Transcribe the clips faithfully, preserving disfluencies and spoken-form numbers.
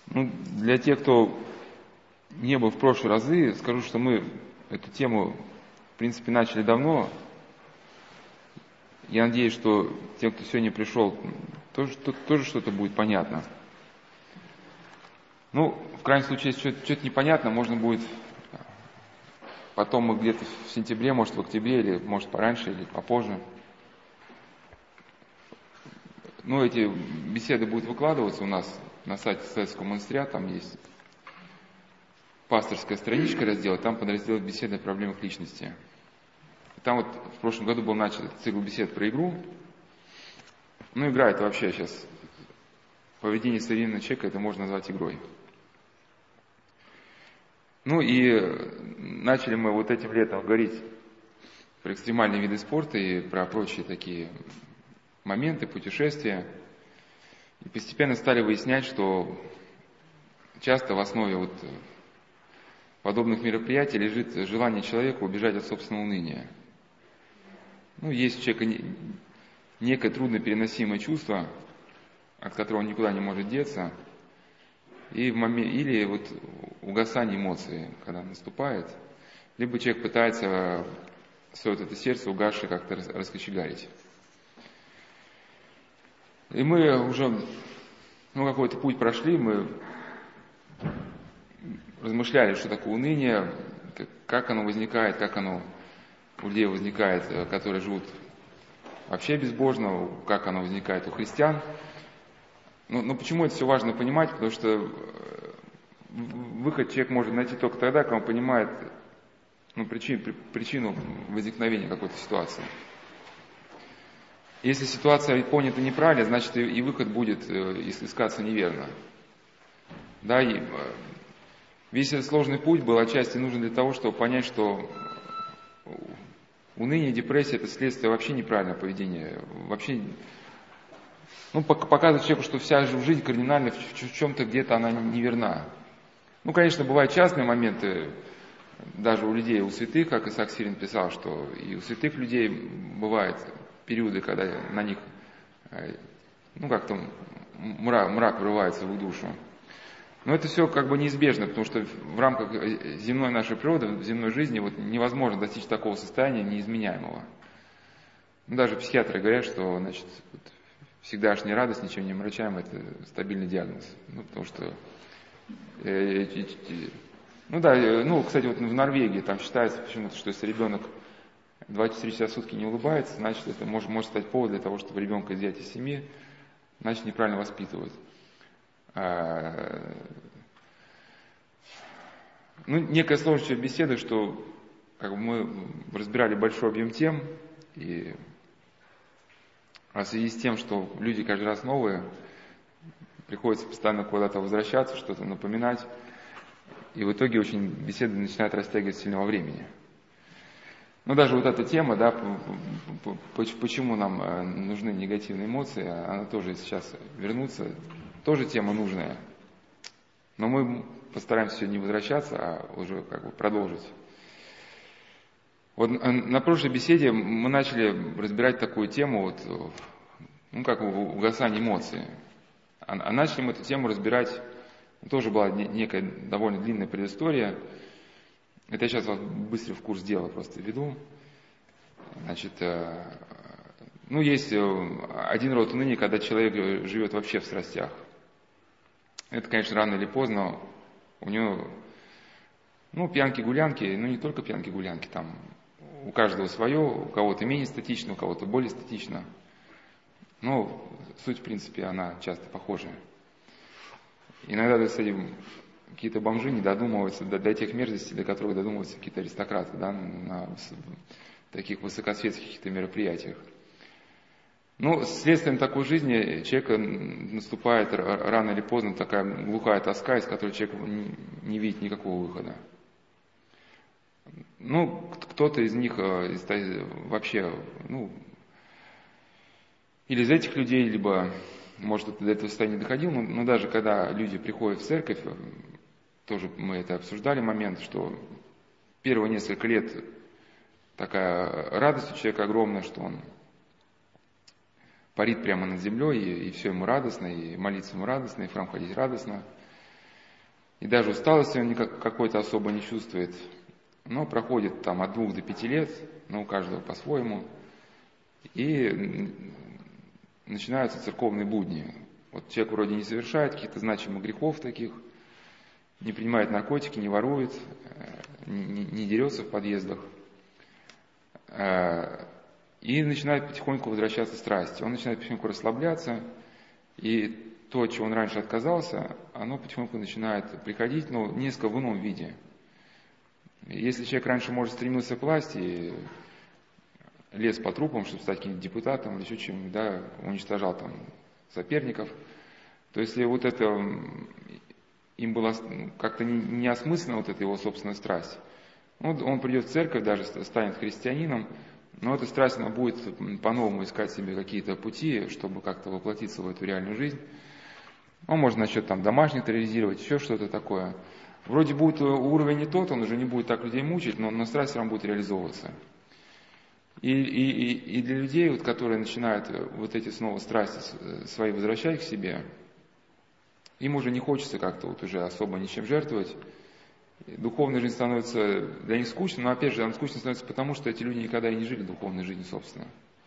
Ну, для тех, кто не был в прошлые разы, скажу, что мы эту тему, в принципе, начали давно. Я надеюсь, что тем, кто сегодня пришел, тоже, тоже что-то будет понятно. Ну, в крайнем случае, если что-то, что-то непонятно, можно будет потом мы где-то в сентябре, может в октябре, или может пораньше, или попозже. Ну, эти беседы будут выкладываться у нас на сайте Советского монастыря, там есть пасторская страничка, раздел, там подраздел «Беседы о проблемах личности». Там вот в прошлом году был начат цикл бесед про игру. Ну, игра — это вообще сейчас поведение современного человека, это можно назвать игрой. Ну и начали мы вот этим летом говорить про экстремальные виды спорта и про прочие такие моменты, путешествия. И постепенно стали выяснять, что часто в основе вот подобных мероприятий лежит желание человека убежать от собственного уныния. Ну, есть у человека некое труднопереносимое чувство, от которого он никуда не может деться, и в момент, или вот угасание эмоций, когда наступает, либо человек пытается свое вот это сердце угасшее как-то раскочегарить. И мы уже ну, какой-то путь прошли, мы размышляли, что такое уныние, как оно возникает, как оно у людей возникает, которые живут вообще безбожно, как оно возникает у христиан. Но, но почему это все важно понимать? Потому что выход человек может найти только тогда, когда он понимает ну, причину, причину возникновения какой-то ситуации. Если ситуация понята неправильно, значит и, и выход будет искаться неверно. Да, и весь этот сложный путь был отчасти нужен для того, чтобы понять, что уныние, депрессия — это следствие вообще неправильного поведения. Вообще, ну, показывает человеку, что вся жизнь кардинально в чем-то где-то она неверна. Ну, конечно, бывают частные моменты, даже у людей, у святых, как Исаак Сирин писал, что и у святых людей бывают периоды, когда на них, ну, как-то мрак, мрак врывается в их душу. Но это все как бы неизбежно, потому что в рамках земной нашей природы, в земной жизни вот невозможно достичь такого состояния неизменяемого. Ну, даже психиатры говорят, что значит, вот, всегдашняя радость, ничем не омрачаем, это стабильный диагноз. Ну, потому что... Э, э, э, ну да, э, ну, кстати, вот в Норвегии там считается почему-то, что если ребенок двадцать четыре часа в сутки не улыбается, значит, это может, может стать повод для того, чтобы ребенка изъять из семьи, значит, неправильно воспитывают. Ну, некая сложность беседы, что как бы, мы разбирали большой объем тем, и в связи с тем, что люди каждый раз новые, приходится постоянно куда-то возвращаться, что-то напоминать, и в итоге очень беседы начинают растягиваться сильно во времени. Ну, даже вот эта тема, да, почему нам нужны негативные эмоции, она тоже сейчас вернуться, тоже тема нужная. Но мы постараемся сегодня не возвращаться, а уже как бы продолжить. Вот на прошлой беседе мы начали разбирать такую тему, вот, ну, как угасание эмоций. А начали мы эту тему разбирать, тоже была некая довольно длинная предыстория. Это я сейчас вас быстро в курс дела просто веду. Значит, ну, есть один род уныния, когда человек живет вообще в страстях. Это, конечно, рано или поздно у него, ну, пьянки-гулянки, ну, не только пьянки-гулянки, там у каждого свое, у кого-то менее статично, у кого-то более статично. Но суть, в принципе, она часто похожая. Иногда, кстати, какие-то бомжи не додумываются до, до тех мерзостей, до которых додумываются какие-то аристократы, да, на таких высокосветских каких-то мероприятиях. Ну, следствием такой жизни человека наступает рано или поздно такая глухая тоска, из которой человек не видит никакого выхода. Ну, кто-то из них вообще, ну, или из этих людей, либо, может, до этого состояния не доходил, но, но даже когда люди приходят в церковь, тоже мы это обсуждали момент, что первые несколько лет такая радость у человека огромная, что он парит прямо над землей, и, и все ему радостно, и молиться ему радостно, и в храм ходить радостно. И даже усталости он никак, какой-то особо не чувствует. Но проходит там от двух до пяти лет, но у каждого по-своему. И начинаются церковные будни. Вот человек вроде не совершает каких-то значимых грехов таких, не принимает наркотики, не ворует, не, не, не дерется в подъездах. И начинает потихоньку возвращаться страсть. Он начинает потихоньку расслабляться, и то, от чего он раньше отказался, оно потихоньку начинает приходить, но несколько в ином виде. Если человек раньше, может, стремился к власти, лез по трупам, чтобы стать каким-то депутатом или еще чем-нибудь, да, уничтожал там соперников, то если вот это им было как-то неосмысленно, вот эта его собственная страсть, он, он придет в церковь, даже станет христианином, но эта страсть, она будет по-новому искать себе какие-то пути, чтобы как-то воплотиться в эту реальную жизнь. Он может начать там домашних терроризировать, еще что-то такое. Вроде будет уровень не тот, он уже не будет так людей мучить, но, но страсть все равно будет реализовываться. И, и, и для людей, вот, которые начинают вот эти снова страсти свои возвращать к себе, им уже не хочется как-то вот уже особо ничем жертвовать. Духовная жизнь становится для них скучной, но опять же, она скучной становится потому, что эти люди никогда и не жили духовной жизнью, собственно.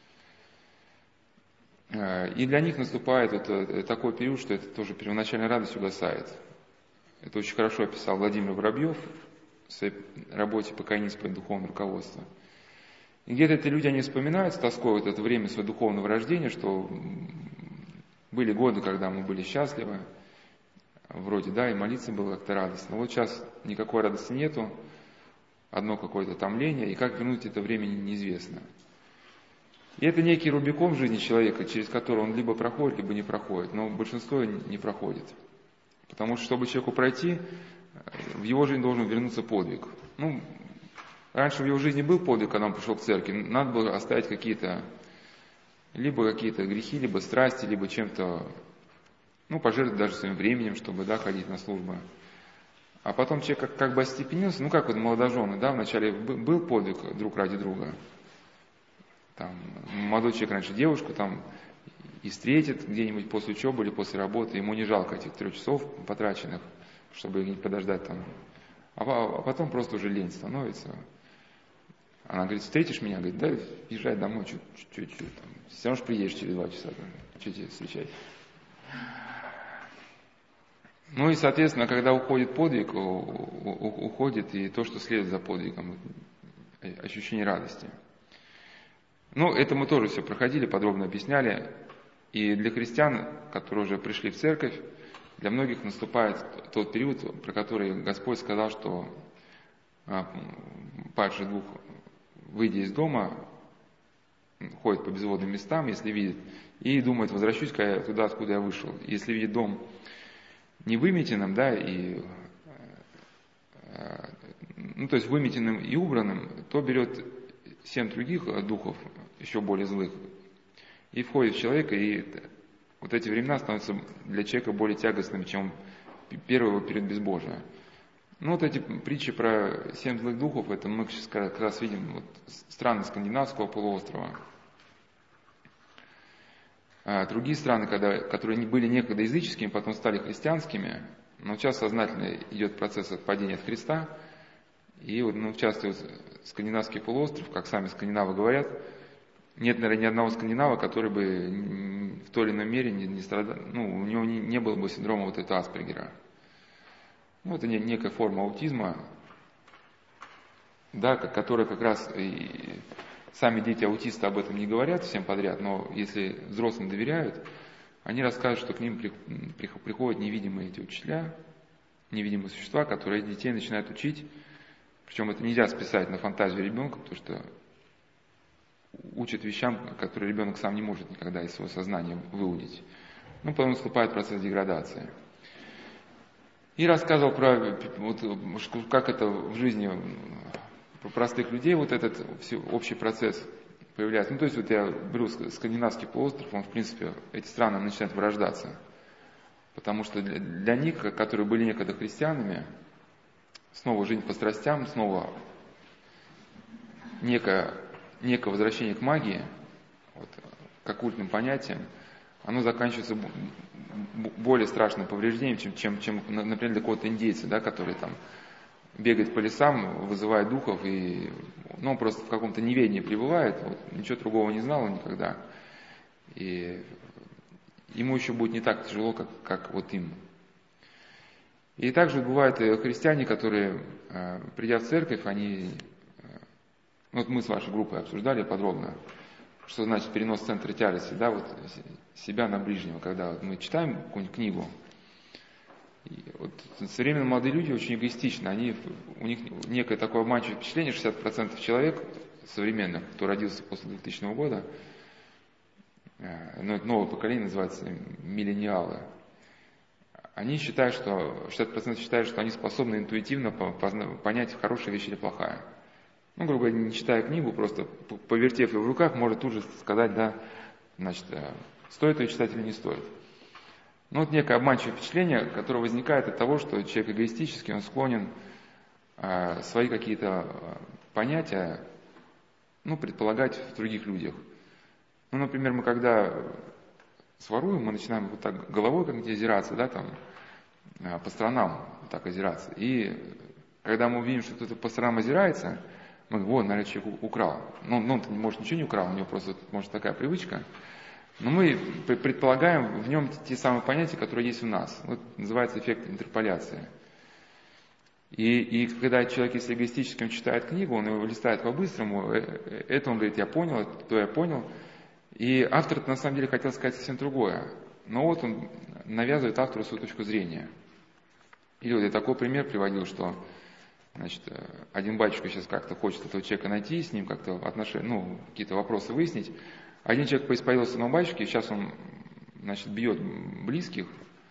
И для них наступает вот такой период, что это тоже первоначальная радость угасает. Это очень хорошо описал Владимир Воробьев в своей работе «Покаяние духовного руководства». И где-то эти люди, они вспоминают с тоской вот это время своего духовного рождения, что были годы, когда мы были счастливы, вроде, да, и молиться было как-то радостно. Вот сейчас никакой радости нету, одно какое-то томление, и как вернуть это время неизвестно. И это некий рубикон в жизни человека, через который он либо проходит, либо не проходит, но большинство не проходит. Потому что, чтобы человеку пройти, в его жизнь должен вернуться подвиг. Ну, раньше в его жизни был подвиг, когда он пришел к церкви, надо было оставить какие-то, либо какие-то грехи, либо страсти, либо чем-то, ну, пожертвовать даже своим временем, чтобы, да, ходить на службу. А потом человек как, как бы остепенился, ну, как вот молодожены, да, вначале был подвиг друг ради друга. Там, молодой человек раньше девушку там и встретит где-нибудь после учебы или после работы, ему не жалко этих трех часов потраченных, чтобы их подождать там. А, а потом просто уже лень становится. Она говорит: встретишь меня? Говорит: да, езжай домой, чуть-чуть, там, все равно же приедешь через два часа, что тебе встречать. Ну и, соответственно, когда уходит подвиг, уходит и то, что следует за подвигом, ощущение радости. Ну, это мы тоже все проходили, подробно объясняли. И для христиан, которые уже пришли в церковь, для многих наступает тот период, про который Господь сказал, что падший дух, выйдя из дома, ходит по безводным местам, если видит, и думает: возвращусь-ка я туда, откуда я вышел. Если видит дом не выметенным, да, и, ну, то есть выметенным и убранным, то берет семь других духов, еще более злых, и входит в человека, и вот эти времена становятся для человека более тягостными, чем первого перед безбожием. Ну, вот эти притчи про семь злых духов, это мы сейчас как раз видим вот страны скандинавского полуострова. А другие страны, когда, которые были некогда языческими, потом стали христианскими, но сейчас сознательно идет процесс отпадения от Христа. И вот, ну, в частности, вот, скандинавский полуостров, как сами скандинавы говорят, нет, наверное, ни одного скандинава, который бы в той или иной мере не, не страдал, ну, у него не, не было бы синдрома вот этого Аспергера. Ну, это некая форма аутизма, да, которая как раз и сами дети аутисты об этом не говорят всем подряд, но если взрослым доверяют, они расскажут, что к ним при, при, приходят невидимые эти учителя, невидимые существа, которые детей начинают учить. Причем это нельзя списать на фантазию ребенка, потому что учат вещам, которые ребенок сам не может никогда из своего сознания выудить. Ну, потом наступает процесс деградации. И рассказывал про, вот, как это в жизни простых людей, вот этот общий процесс появляется. Ну, то есть, вот я беру скандинавский полуостров, он, в принципе, эти страны начинают вырождаться. Потому что для, для них, которые были некогда христианами, снова жизнь по страстям, снова некое, некое возвращение к магии, вот, к оккультным понятиям, оно заканчивается более страшным повреждением, чем, чем, чем например, для какого-то индейца, да, который там бегает по лесам, вызывает духов, и ну, он просто в каком-то неведении пребывает, вот, ничего другого не знал он никогда. И ему еще будет не так тяжело, как, как вот им. И также бывают христиане, которые, придя в церковь, они... Вот мы с вашей группой обсуждали подробно, что значит перенос центра тяжести, да, вот себя на ближнего, когда мы читаем какую-нибудь книгу. И вот современные молодые люди очень эгоистичны, они, у них некое такое обманчивое впечатление, шестьдесят процентов человек современных, кто родился после двухтысячного года, ну, это новое поколение называется миллениалы, они считают, что, шестьдесят процентов считают, что они способны интуитивно понять, хорошая вещь или плохая. Ну, грубо говоря, не читая книгу, просто повертев ее в руках, может тут же сказать, да, значит, стоит ее читать или не стоит. Ну, вот некое обманчивое впечатление, которое возникает от того, что человек эгоистически, он склонен э, свои какие-то понятия, ну, предполагать в других людях. Ну, например, мы когда своруем, мы начинаем вот так головой как-нибудь озираться, да, там, э, по сторонам вот так озираться. И когда мы увидим, что кто-то по сторонам озирается, мы говорим, вот, наверное, человек украл. Ну, ну, он, может, ничего не украл, у него просто, может, такая привычка. Но мы предполагаем в нем те самые понятия, которые есть у нас. Вот называется эффект интерполяции. И, и когда человек, если эгоистически он читает книгу, он его листает по-быстрому, это он говорит, я понял, это то я понял. И автор на самом деле хотел сказать совсем другое. Но вот он навязывает автору свою точку зрения. Или вот я такой пример приводил, что значит, один батюшка сейчас как-то хочет этого человека найти, с ним как-то отношения, ну, какие-то вопросы выяснить. Один человек поисповедовался на батюшке, и сейчас он, значит, бьет близких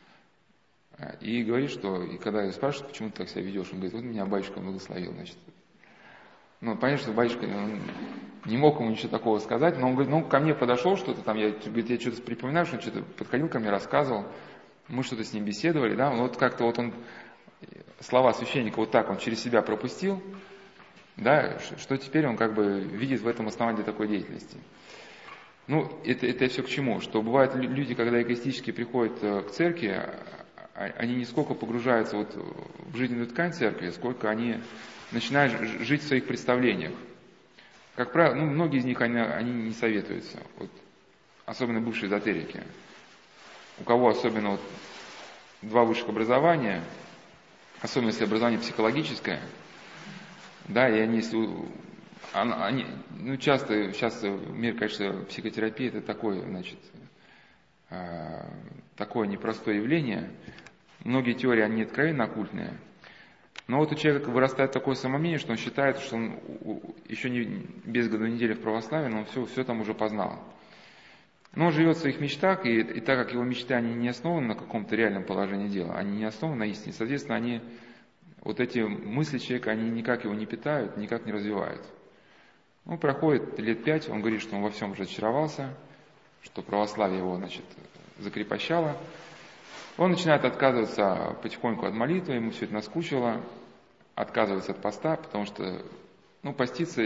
и говорит, что, и когда я спрашиваю, почему ты так себя ведешь, он говорит, вот меня батюшка благословил, значит. Ну, понятно, что батюшка он не мог ему ничего такого сказать, но он говорит, ну, ко мне подошел что-то там, я, говорит, я что-то припоминаю, что он что-то подходил ко мне, рассказывал, мы что-то с ним беседовали, да, вот как-то вот он слова священника вот так он через себя пропустил, да, что теперь он как бы видит в этом основании такой деятельности. Ну, это, это все к чему? Что бывают люди, когда эгоистически приходят к церкви, они не сколько погружаются вот в жизненную ткань церкви, сколько они начинают жить в своих представлениях. Как правило, ну, многие из них, они, они не советуются, вот, особенно бывшие эзотерики. У кого особенно вот, два высших образования, особенно если образование психологическое, да, и они, если, они, ну, часто, сейчас мир, конечно, психотерапии это такое, значит, э, такое непростое явление. Многие теории, они откровенно оккультные. Но вот у человека вырастает такое самомнение, что он считает, что он еще не, без года недели в православии, но он все, все там уже познал. Но он живет в своих мечтах, и, и так как его мечты, они не основаны на каком-то реальном положении дела, они не основаны на истине, соответственно, они, вот эти мысли человека, они никак его не питают, никак не развивают. Ну, проходит лет пять, он говорит, что он во всем уже очаровался, что православие его, значит, закрепощало. Он начинает отказываться потихоньку от молитвы, ему все это наскучило, отказывается от поста, потому что, ну, поститься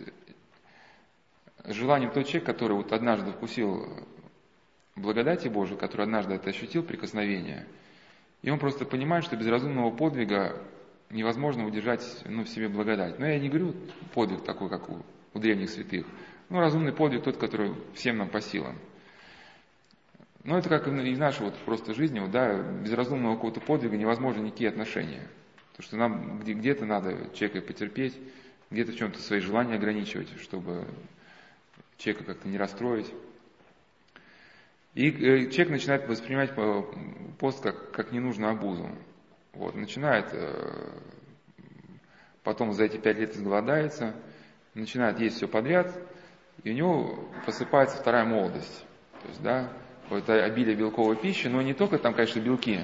с желанием тот человек, который вот однажды вкусил благодати Божией, который однажды это ощутил, прикосновение, и он просто понимает, что без разумного подвига невозможно удержать, ну, в себе благодать. Но я не говорю подвиг такой, как у, у древних святых. Ну, разумный подвиг тот, который всем нам по силам. Но это как и в нашей вот просто жизни, вот, да, без разумного какого-то подвига невозможно никакие отношения. Потому что нам где-то надо человека потерпеть, где-то в чем-то свои желания ограничивать, чтобы человека как-то не расстроить. И человек начинает воспринимать пост как, как ненужную обузу. Вот, начинает, потом за эти пять лет изголодается, начинает есть все подряд, и у него просыпается вторая молодость. То есть, да, это обилие белковой пищи, но не только там, конечно, белки.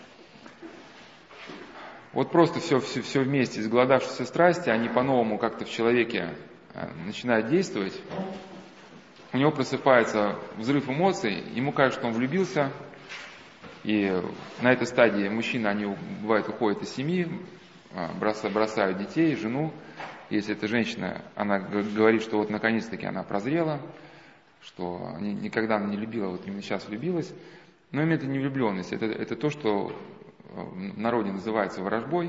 Вот просто все, все, все вместе, изголодавшиеся страсти, они по-новому как-то в человеке начинают действовать. У него просыпается взрыв эмоций, ему кажется, что он влюбился, и на этой стадии мужчины, они, бывает, уходят из семьи, бросают детей, жену. Если это женщина, она говорит, что вот наконец-таки она прозрела, что они никогда она не любила, вот именно сейчас влюбилась. Но именно это не влюбленность, это, это то, что в народе называется ворожбой.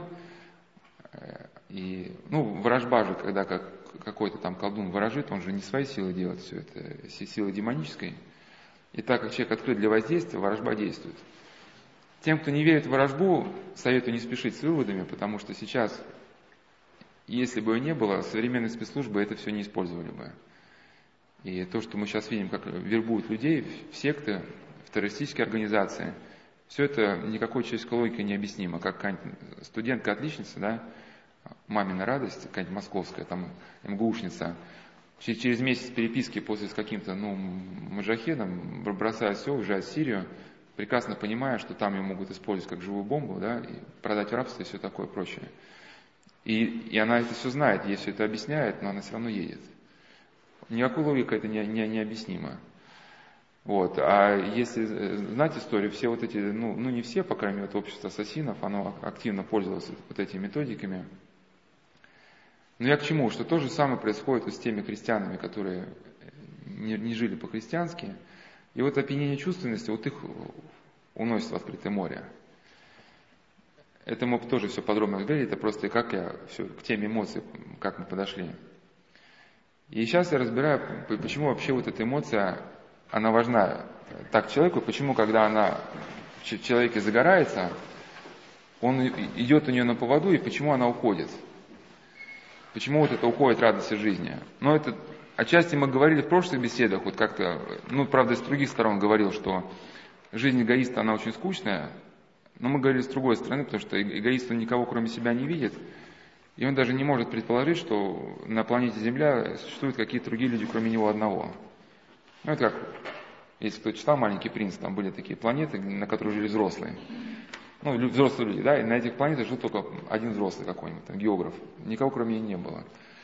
И, ну, ворожба же, когда как, какой-то там колдун ворожит, он же не своей силой делает все это, силой демонической. И так как человек открыт для воздействия, ворожба действует. Тем, кто не верит в ворожбу, советую не спешить с выводами, потому что сейчас, если бы ее не было, современные спецслужбы это все не использовали бы. И то, что мы сейчас видим, как вербуют людей в секты, в террористические организации, все это никакой человеческой логикой не объяснимо. Как какая-нибудь студентка-отличница, да, мамина радость, какая-нибудь московская, там, МГУшница, через месяц переписки после с каким-то, ну, маджахедом бросает все, уезжает в Сирию, прекрасно понимая, что там ее могут использовать как живую бомбу, да, и продать в рабство и все такое прочее. И, и она это все знает, ей все это объясняет, но она все равно едет. Никакой логика это не, не, не объяснимо. Вот. А если знать историю, все вот эти, ну, ну не все, по крайней мере, это общество ассасинов, оно активно пользовалось вот этими методиками. Но я к чему? Что то же самое происходит вот с теми христианами, которые не, не жили по-христиански. И вот опьянение чувственности, вот их уносит в открытое море. Это мы тоже все подробно разберем, это просто как я все к теме эмоций, как мы подошли. И сейчас я разбираю, почему вообще вот эта эмоция, она важна так человеку, почему, когда она в человеке загорается, он идет у нее на поводу, и почему она уходит. Почему вот это уходит радость из жизни. Но это отчасти мы говорили в прошлых беседах, вот как-то, ну, правда, с других сторон говорил, что жизнь эгоиста, она очень скучная, но мы говорили с другой стороны, потому что эгоист, он никого кроме себя не видит, и он даже не может предположить, что на планете Земля существуют какие-то другие люди, кроме него одного. Ну, это как, если кто читал «Маленький принц», там были такие планеты, на которых жили взрослые. Ну, взрослые люди, да, и на этих планетах жил только один взрослый какой-нибудь, там, географ. Никого кроме него не было.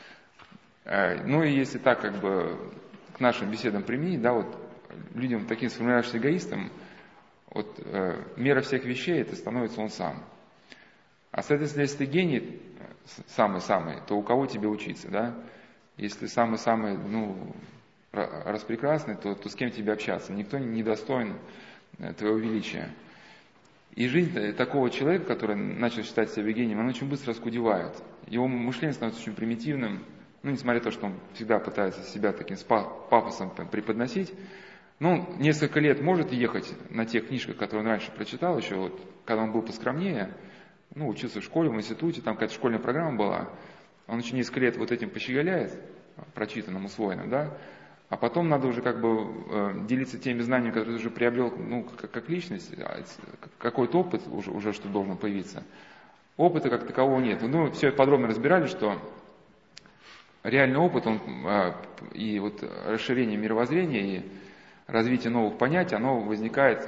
Ну, и если так, как бы, к нашим беседам применить, да, вот, людям таким сформировавшимся эгоистом, вот, э, мера всех вещей, это становится он сам. А, соответственно, если ты гений, самый-самый, то у кого тебе учиться, да? Если самый-самый, ну, распрекрасный, то, то с кем тебе общаться? Никто не достоин твоего величия. И жизнь такого человека, который начал считать себя гением, она очень быстро раскудевает. Его мышление становится очень примитивным, ну, несмотря на то, что он всегда пытается себя таким пафосом преподносить. Ну, несколько лет может ехать на тех книжках, которые он раньше прочитал, еще вот, когда он был поскромнее, ну, учился в школе, в институте, там какая-то школьная программа была, он еще несколько лет вот этим пощеголяет, прочитанным, усвоенным, да, а потом надо уже как бы э, делиться теми знаниями, которые ты уже приобрел, ну, как, как личность, какой-то опыт уже, уже что должен появиться. Опыта как такового нет. Ну, все подробно разбирали, что реальный опыт, он э, и вот расширение мировоззрения, и развитие новых понятий, оно возникает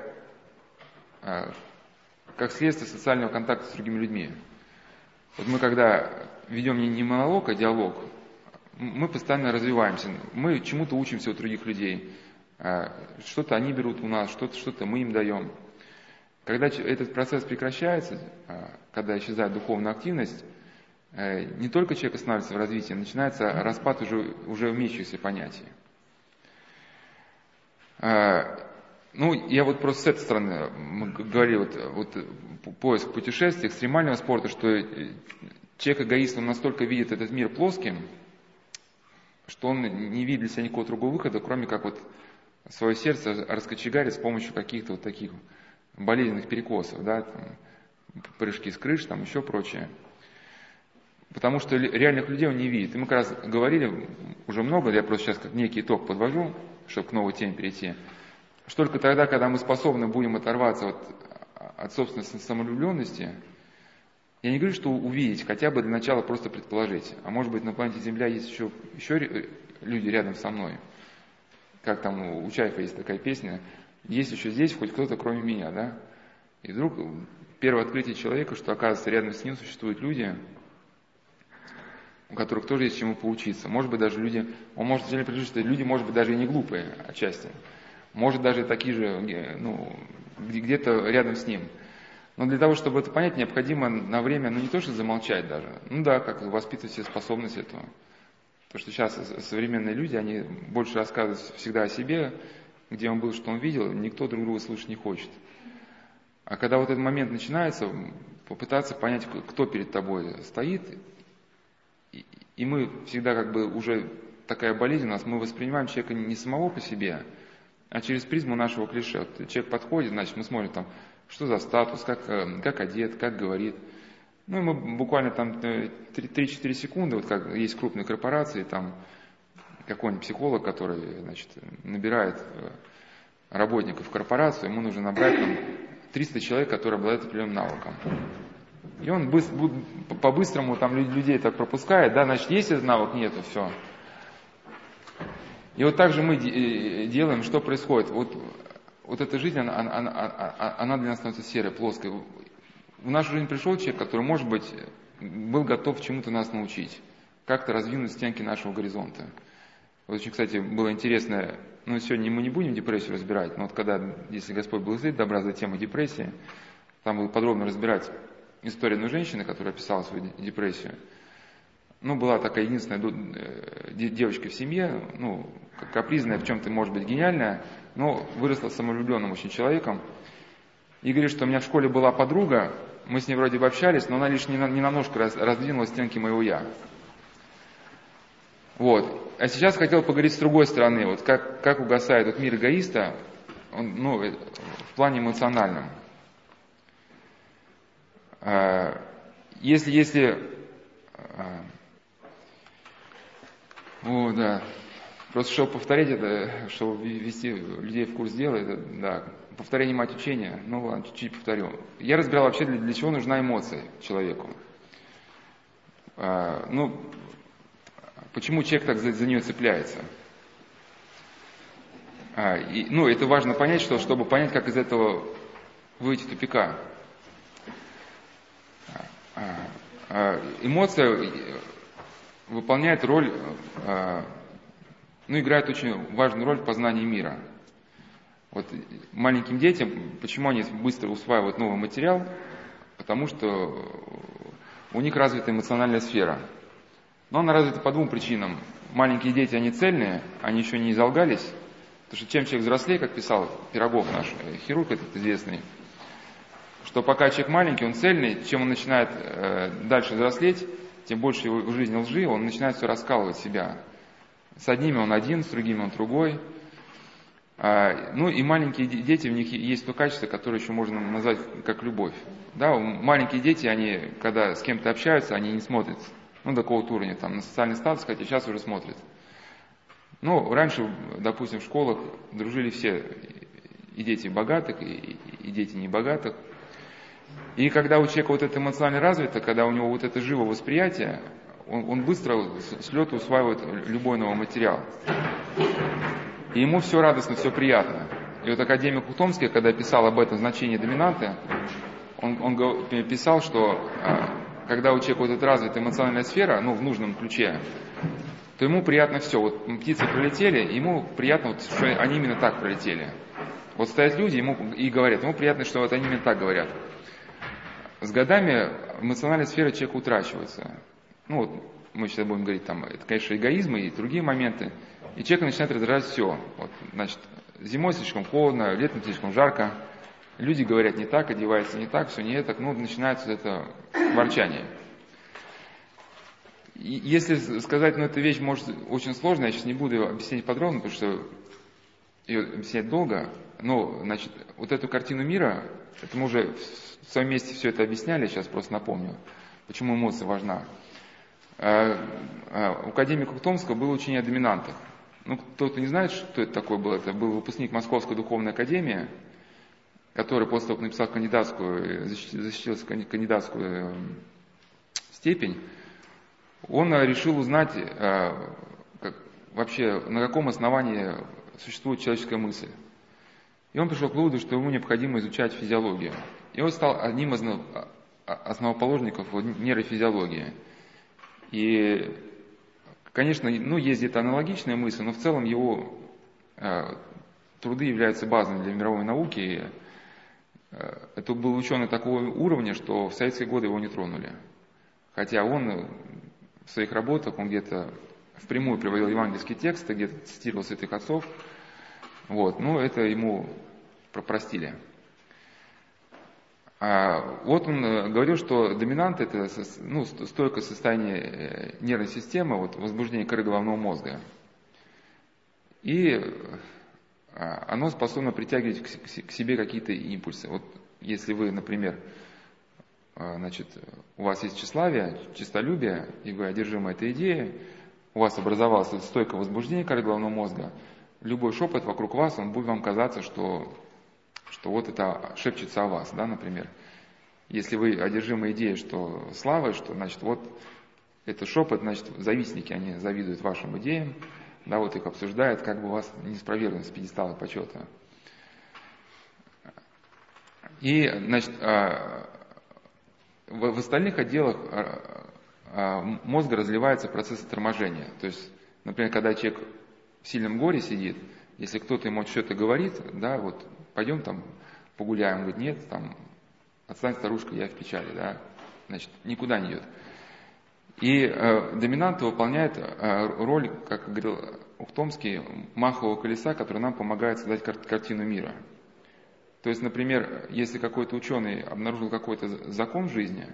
э, как следствие социального контакта с другими людьми. Вот мы когда ведем не, не монолог, а диалог, мы постоянно развиваемся, мы чему-то учимся у других людей, что-то они берут у нас, что-то, что-то мы им даем. Когда этот процесс прекращается, когда исчезает духовная активность, не только человек останавливается в развитии, начинается распад уже, уже имеющихся понятий. Ну, я вот просто с этой стороны говорил, вот, вот поиск путешествий, экстремального спорта, что человек-эгоист, он настолько видит этот мир плоским, что он не видит для себя никакого другого выхода, кроме как вот свое сердце раскочегарить с помощью каких-то вот таких болезненных перекосов, да, там, прыжки с крыш, там еще прочее. Потому что реальных людей он не видит. И мы как раз говорили уже много, я просто сейчас как некий итог подвожу, чтобы к новой теме перейти, что только тогда, когда мы способны будем оторваться от, от собственной самовлюбленности, я не говорю, что увидеть, хотя бы для начала просто предположить. А может быть, на планете Земля есть еще, еще люди рядом со мной. Как там у Чайфа есть такая песня. Есть еще здесь хоть кто-то, кроме меня, да? И вдруг первое открытие человека, что, оказывается, рядом с ним существуют люди, у которых тоже есть чему поучиться. Может быть, даже люди, он может предположить, что люди, может быть, даже и не глупые отчасти. Может, даже такие же, ну, где-то рядом с ним. Но для того, чтобы это понять, необходимо на время, ну не то, что замолчать даже, ну да, как воспитывать себе способность этого. Потому что сейчас современные люди, они больше рассказывают всегда о себе, где он был, что он видел, никто друг друга слушать не хочет. А когда вот этот момент начинается, попытаться понять, кто перед тобой стоит, и мы всегда как бы уже такая болезнь у нас, мы воспринимаем человека не самого по себе, а через призму нашего клише. Вот человек подходит, значит, мы смотрим там, что за статус, как, как одет, как говорит. Ну, и мы буквально там три-четыре секунды, вот как есть крупные корпорации, там какой-нибудь психолог, который, значит, набирает работников в корпорацию, ему нужно набрать там триста человек, которые обладают определенным навыком. И он по-быстрому там людей так пропускает, да, значит, есть этот навык, нету, все. И вот так же мы делаем, что происходит. Вот, вот эта жизнь, она, она, она, она для нас становится серой, плоской. В нашу жизнь пришел человек, который, может быть, был готов чему-то нас научить, как-то раздвинуть стенки нашего горизонта. Вот очень, кстати, было интересно, ну, сегодня мы не будем депрессию разбирать, но вот когда, если Господь благословит, добра за тему депрессии, там было подробно разбирать историю одной женщины, которая описала свою депрессию. Ну, была такая единственная девочка в семье, ну, капризная, в чем-то, может быть, гениальная, но выросла самовлюбленным очень человеком. И говорит, что у меня в школе была подруга, мы с ней вроде бы общались, но она лишь не на, не на ножку раздвинула стенки моего «я». Вот. А сейчас хотел поговорить с другой стороны, вот как, как угасает вот мир эгоиста, он, ну, в плане эмоциональном. Если, если, о, да, просто чтобы повторить это, чтобы ввести людей в курс дела, это, да, повторение мать учения, ну ладно, чуть-чуть повторю. Я разбирал вообще, для, для чего нужна эмоция человеку. А, ну, почему человек так за, за нее цепляется. А, и, ну, это важно понять, что, чтобы понять, как из этого выйти из тупика. А, а, эмоция выполняет роль, а, ну, играет очень важную роль в познании мира. Вот маленьким детям, почему они быстро усваивают новый материал? Потому что у них развита эмоциональная сфера. Но она развита по двум причинам. Маленькие дети, они цельные, они еще не изолгались. Потому что чем человек взрослее, как писал Пирогов наш, хирург этот известный, что пока человек маленький, он цельный, чем он начинает э, дальше взрослеть, тем больше его в жизни лжи, он начинает все раскалывать себя. С одними он один, с другими он другой. А, ну и маленькие дети, у них есть то качество, которое еще можно назвать как любовь. Да, маленькие дети, они, когда с кем-то общаются, они не смотрят, ну, до какого уровня, там, на социальный статус, хотя сейчас уже смотрят. Ну, раньше, допустим, в школах дружили все, и дети богатых, и, и дети небогатых. И когда у человека вот это эмоционально развито, когда у него вот это живое восприятие, он, он быстро с лету усваивает любой новый материал. И ему все радостно, все приятно. И вот академик Ухтомский, когда писал об этом значении доминанты, он, он писал, что когда у человека вот эта развитая эмоциональная сфера, ну, в нужном ключе, то ему приятно все. Вот птицы пролетели, ему приятно, вот, что они именно так пролетели. Вот стоят люди ему и говорят, ему приятно, что вот они именно так говорят. С годами эмоциональная сфера человека утрачивается. Ну вот мы сейчас будем говорить, там, это, конечно, эгоизм и другие моменты. И человек начинает раздражать все. Вот, значит, зимой слишком холодно, летом слишком жарко. Люди говорят не так, одеваются не так, все не так. Ну, начинается это ворчание. И если сказать, ну, эта вещь может очень сложная, я сейчас не буду ее объяснять подробно, потому что ее объяснять долго. Но, значит, вот эту картину мира, это мы уже в своем месте все это объясняли, сейчас просто напомню, почему эмоция важна. У академика Ухтомского было учение о доминантах. Ну, кто-то не знает, что это такое было. Это был выпускник Московской духовной академии, который после того, как написал кандидатскую, защитил кандидатскую степень, он решил узнать, как, вообще, на каком основании существует человеческая мысль. И он пришел к выводу, что ему необходимо изучать физиологию. И он стал одним из основоположников нейрофизиологии. И, конечно, ну, есть где-то аналогичная мысль, но в целом его э, труды являются базовыми для мировой науки. И, э, это был ученый такого уровня, что в советские годы его не тронули. Хотя он в своих работах, он где-то впрямую приводил евангельские тексты, где-то цитировал святых отцов. Вот, ну, это ему простили. А вот он говорил, что доминант – это ну, стойкое состояние нервной системы, вот, возбуждение коры головного мозга. И оно способно притягивать к себе какие-то импульсы. Вот если вы, например, значит, у вас есть тщеславие, честолюбие, и вы одержимы этой идеей, у вас образовалось стойкое возбуждение коры головного мозга, любой шепот вокруг вас, он будет вам казаться, что, что вот это шепчется о вас, да, например. Если вы одержимы идеей, что слава, что, значит, вот это шепот, значит, завистники, они завидуют вашим идеям, да, вот их обсуждают, как бы вас не спровергнуть с пьедестала почета. И, значит, в остальных отделах мозга разливается процесс торможения. То есть, например, когда человек в сильном горе сидит, если кто-то ему что-то говорит, да, вот пойдем там погуляем, говорит, нет, там, отстань, старушка, я в печали, да, значит, никуда не идет. И э, доминант выполняет э, роль, как говорил Ухтомский, махового колеса, который нам помогает создать кар- картину мира. То есть, например, если какой-то ученый обнаружил какой-то закон в жизни,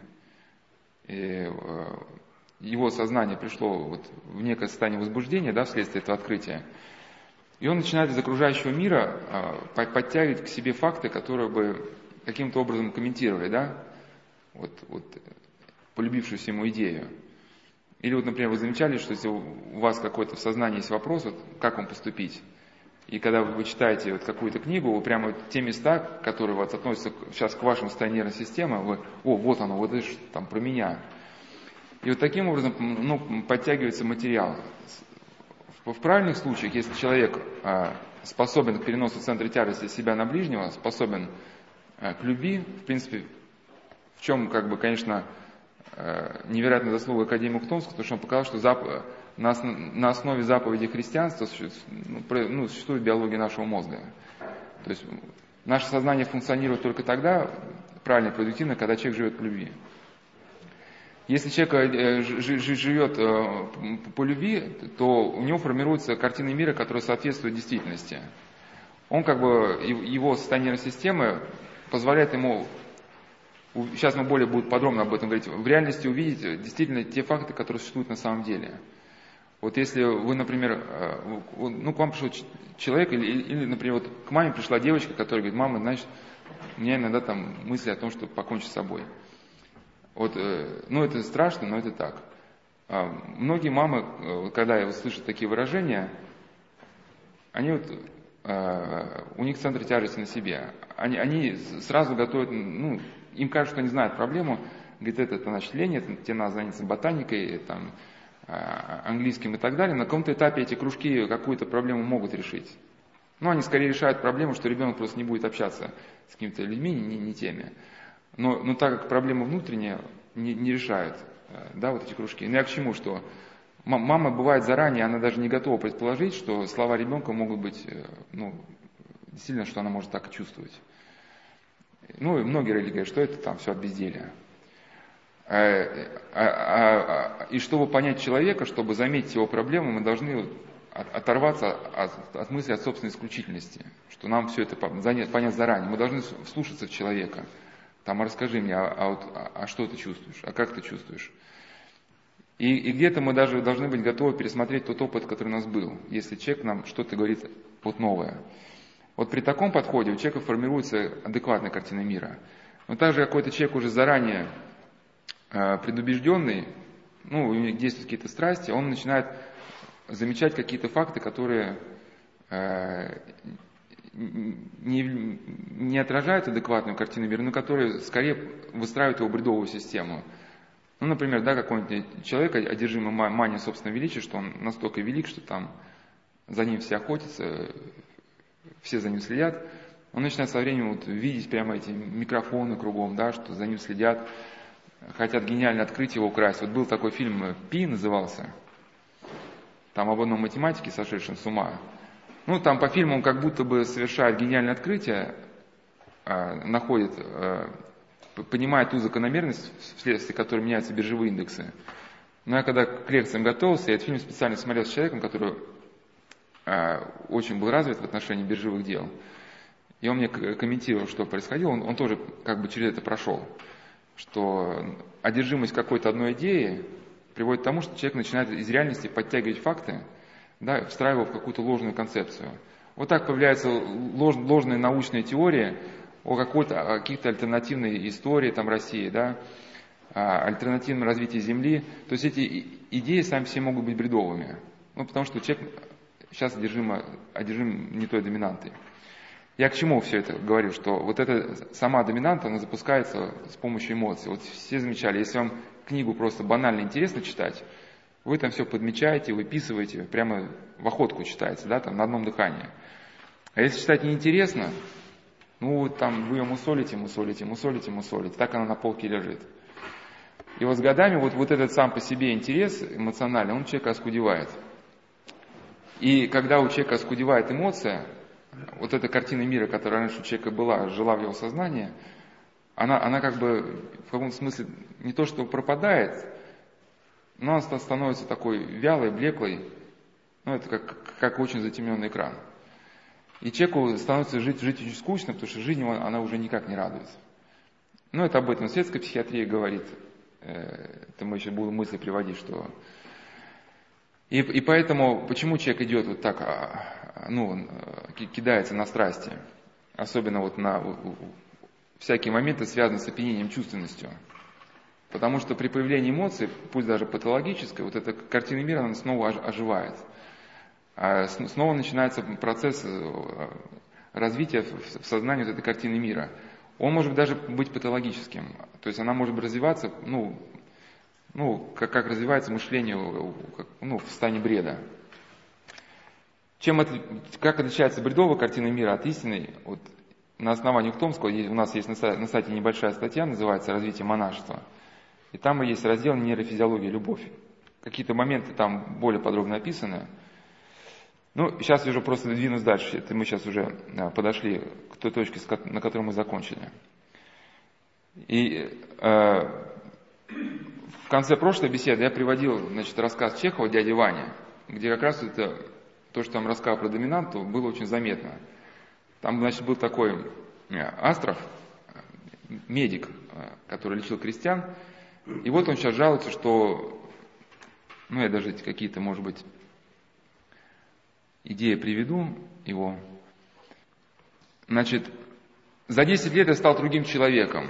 и, э, его сознание пришло вот в некое состояние возбуждения, да, вследствие этого открытия, и он начинает из окружающего мира э, подтягивать к себе факты, которые бы каким-то образом комментировали, да, вот, вот, полюбившуюся ему идею. Или вот, например, вы замечали, что если у вас какой-то в сознании есть вопрос, вот, как вам поступить, и когда вы читаете вот какую-то книгу, вы прямо вот те места, которые вот относятся сейчас к вашему состоянию нервной системы, вы, о, вот оно, вот это же там про меня. И вот таким образом, ну, подтягивается материал. В, в правильных случаях, если человек а, способен к переносу центра тяжести себя на ближнего, способен а, к любви, в принципе, в чем, как бы, конечно, невероятная заслуга академии Ухтомского, потому что он показал, что зап... на, основ... на основе заповедей христианства ну, существует биология нашего мозга. То есть наше сознание функционирует только тогда, правильно и продуктивно, когда человек живет по любви. Если человек живет по любви, то у него формируется картина мира, которая соответствует действительности. Он, как бы, его состояние нервной системы позволяет ему, сейчас мы более будем подробно об этом говорить, в реальности увидеть действительно те факты, которые существуют на самом деле. Вот если вы, например, ну, к вам пришел человек, или, или, например, вот к маме пришла девочка, которая говорит, мама, значит, у меня иногда там мысли о том, чтобы покончить с собой. Вот, ну, это страшно, но это так. Многие мамы, когда услышат такие выражения, они вот, у них центр тяжести на себе. Они, они сразу готовят, ну, им кажется, что они знают проблему. Говорит, это, это значит лень, это, тебе надо заняться ботаникой, там, английским и так далее. На каком-то этапе эти кружки какую-то проблему могут решить. Но они скорее решают проблему, что ребенок просто не будет общаться с какими-то людьми, не, не теми. Но, но так как проблема внутренняя, не, не решают, да, вот эти кружки. Ну я к чему, что мама бывает заранее, она даже не готова предположить, что слова ребенка могут быть, ну, действительно, что она может так и чувствовать. Ну и многие родители говорят, что это там все от безделия. И чтобы понять человека, чтобы заметить его проблему, мы должны оторваться от, от мысли от собственной исключительности, что нам все это понять заранее. Мы должны вслушаться в человека. Там, а расскажи мне, а, а, вот, а, а что ты чувствуешь, а как ты чувствуешь? И, и где-то мы даже должны быть готовы пересмотреть тот опыт, который у нас был, если человек нам что-то говорит вот новое. Вот при таком подходе у человека формируется адекватная картина мира. Но также какой-то человек уже заранее э, предубежденный, ну, у него действуют какие-то страсти, он начинает замечать какие-то факты, которые э, не, не отражают адекватную картину мира, но которые скорее выстраивают его бредовую систему. Ну, например, да, какой-нибудь человек, одержимый манией собственного величия, что он настолько велик, что там за ним все охотятся, все за ним следят, он начинает со временем вот видеть прямо эти микрофоны кругом, да, что за ним следят, хотят гениально открыть его, украсть. Вот был такой фильм «Пи» назывался, там об одном математике, сошедшем с ума. Ну, там по фильму он как будто бы совершает гениальное открытие, э, находит, э, понимает ту закономерность, вследствие которой меняются биржевые индексы. Но я когда к лекциям готовился, я этот фильм специально смотрел с человеком, который э, очень был развит в отношении биржевых дел. И он мне комментировал, что происходило. Он, он тоже как бы через это прошел. Что одержимость какой-то одной идеи приводит к тому, что человек начинает из реальности подтягивать факты, да, встраивая в какую-то ложную концепцию. Вот так появляются лож, ложные научные теории о, какой-то, о каких-то альтернативной истории там, России, да, о альтернативном развитии Земли. То есть эти идеи сами все могут быть бредовыми. Ну, потому что человек сейчас одержим, одержим не той доминантой. Я к чему все это говорю, что вот эта сама доминанта, она запускается с помощью эмоций. Вот все замечали, если вам книгу просто банально интересно читать, вы там все подмечаете, выписываете, прямо в охотку читаете, да, там на одном дыхании. А если читать неинтересно, ну, там вы ее мусолите, мусолите, мусолите, мусолите, так она на полке лежит. И вот с годами вот, вот этот сам по себе интерес эмоциональный, он человека оскудевает. И когда у человека оскудевает эмоция, вот эта картина мира, которая раньше у человека была, жила в его сознании, она, она как бы в каком-то смысле не то что пропадает, но она становится такой вялой, блеклой, ну это как, как очень затемненный экран. И человеку становится жить, жить очень скучно, потому что жизнь она уже никак не радует. Ну это об этом светская психиатрия говорит, это мы еще будем мысли приводить, что... И, и поэтому, почему человек идет вот так, ну, кидается на страсти, особенно вот на всякие моменты, связанные с опьянением чувственностью. Потому что при появлении эмоций, пусть даже патологической, вот эта картина мира, она снова оживает. А снова начинается процесс развития в сознании вот этой картины мира. Он может даже быть патологическим. То есть она может развиваться, ну, ну как, как развивается мышление, ну, в состоянии бреда. Чем это, как отличается бредовая картина мира от истинной? Вот на основании Ухтомского у нас есть на сайте, на сайте небольшая статья, называется «Развитие монашества». И там есть раздел «Нейрофизиология, любовь». Какие-то моменты там более подробно описаны. Ну, сейчас я уже просто двинусь дальше. Это мы сейчас уже подошли к той точке, на которой мы закончили. И э, в конце прошлой беседы я приводил, значит, рассказ Чехова «Дядя Ваня», где как раз это, то, что там рассказал про доминанту, было очень заметно. Там, значит, был такой Астров, медик, который лечил крестьян. И вот он сейчас жалуется, что, ну, я даже какие-то, может быть, идеи приведу его. Значит, за десять лет я стал другим человеком.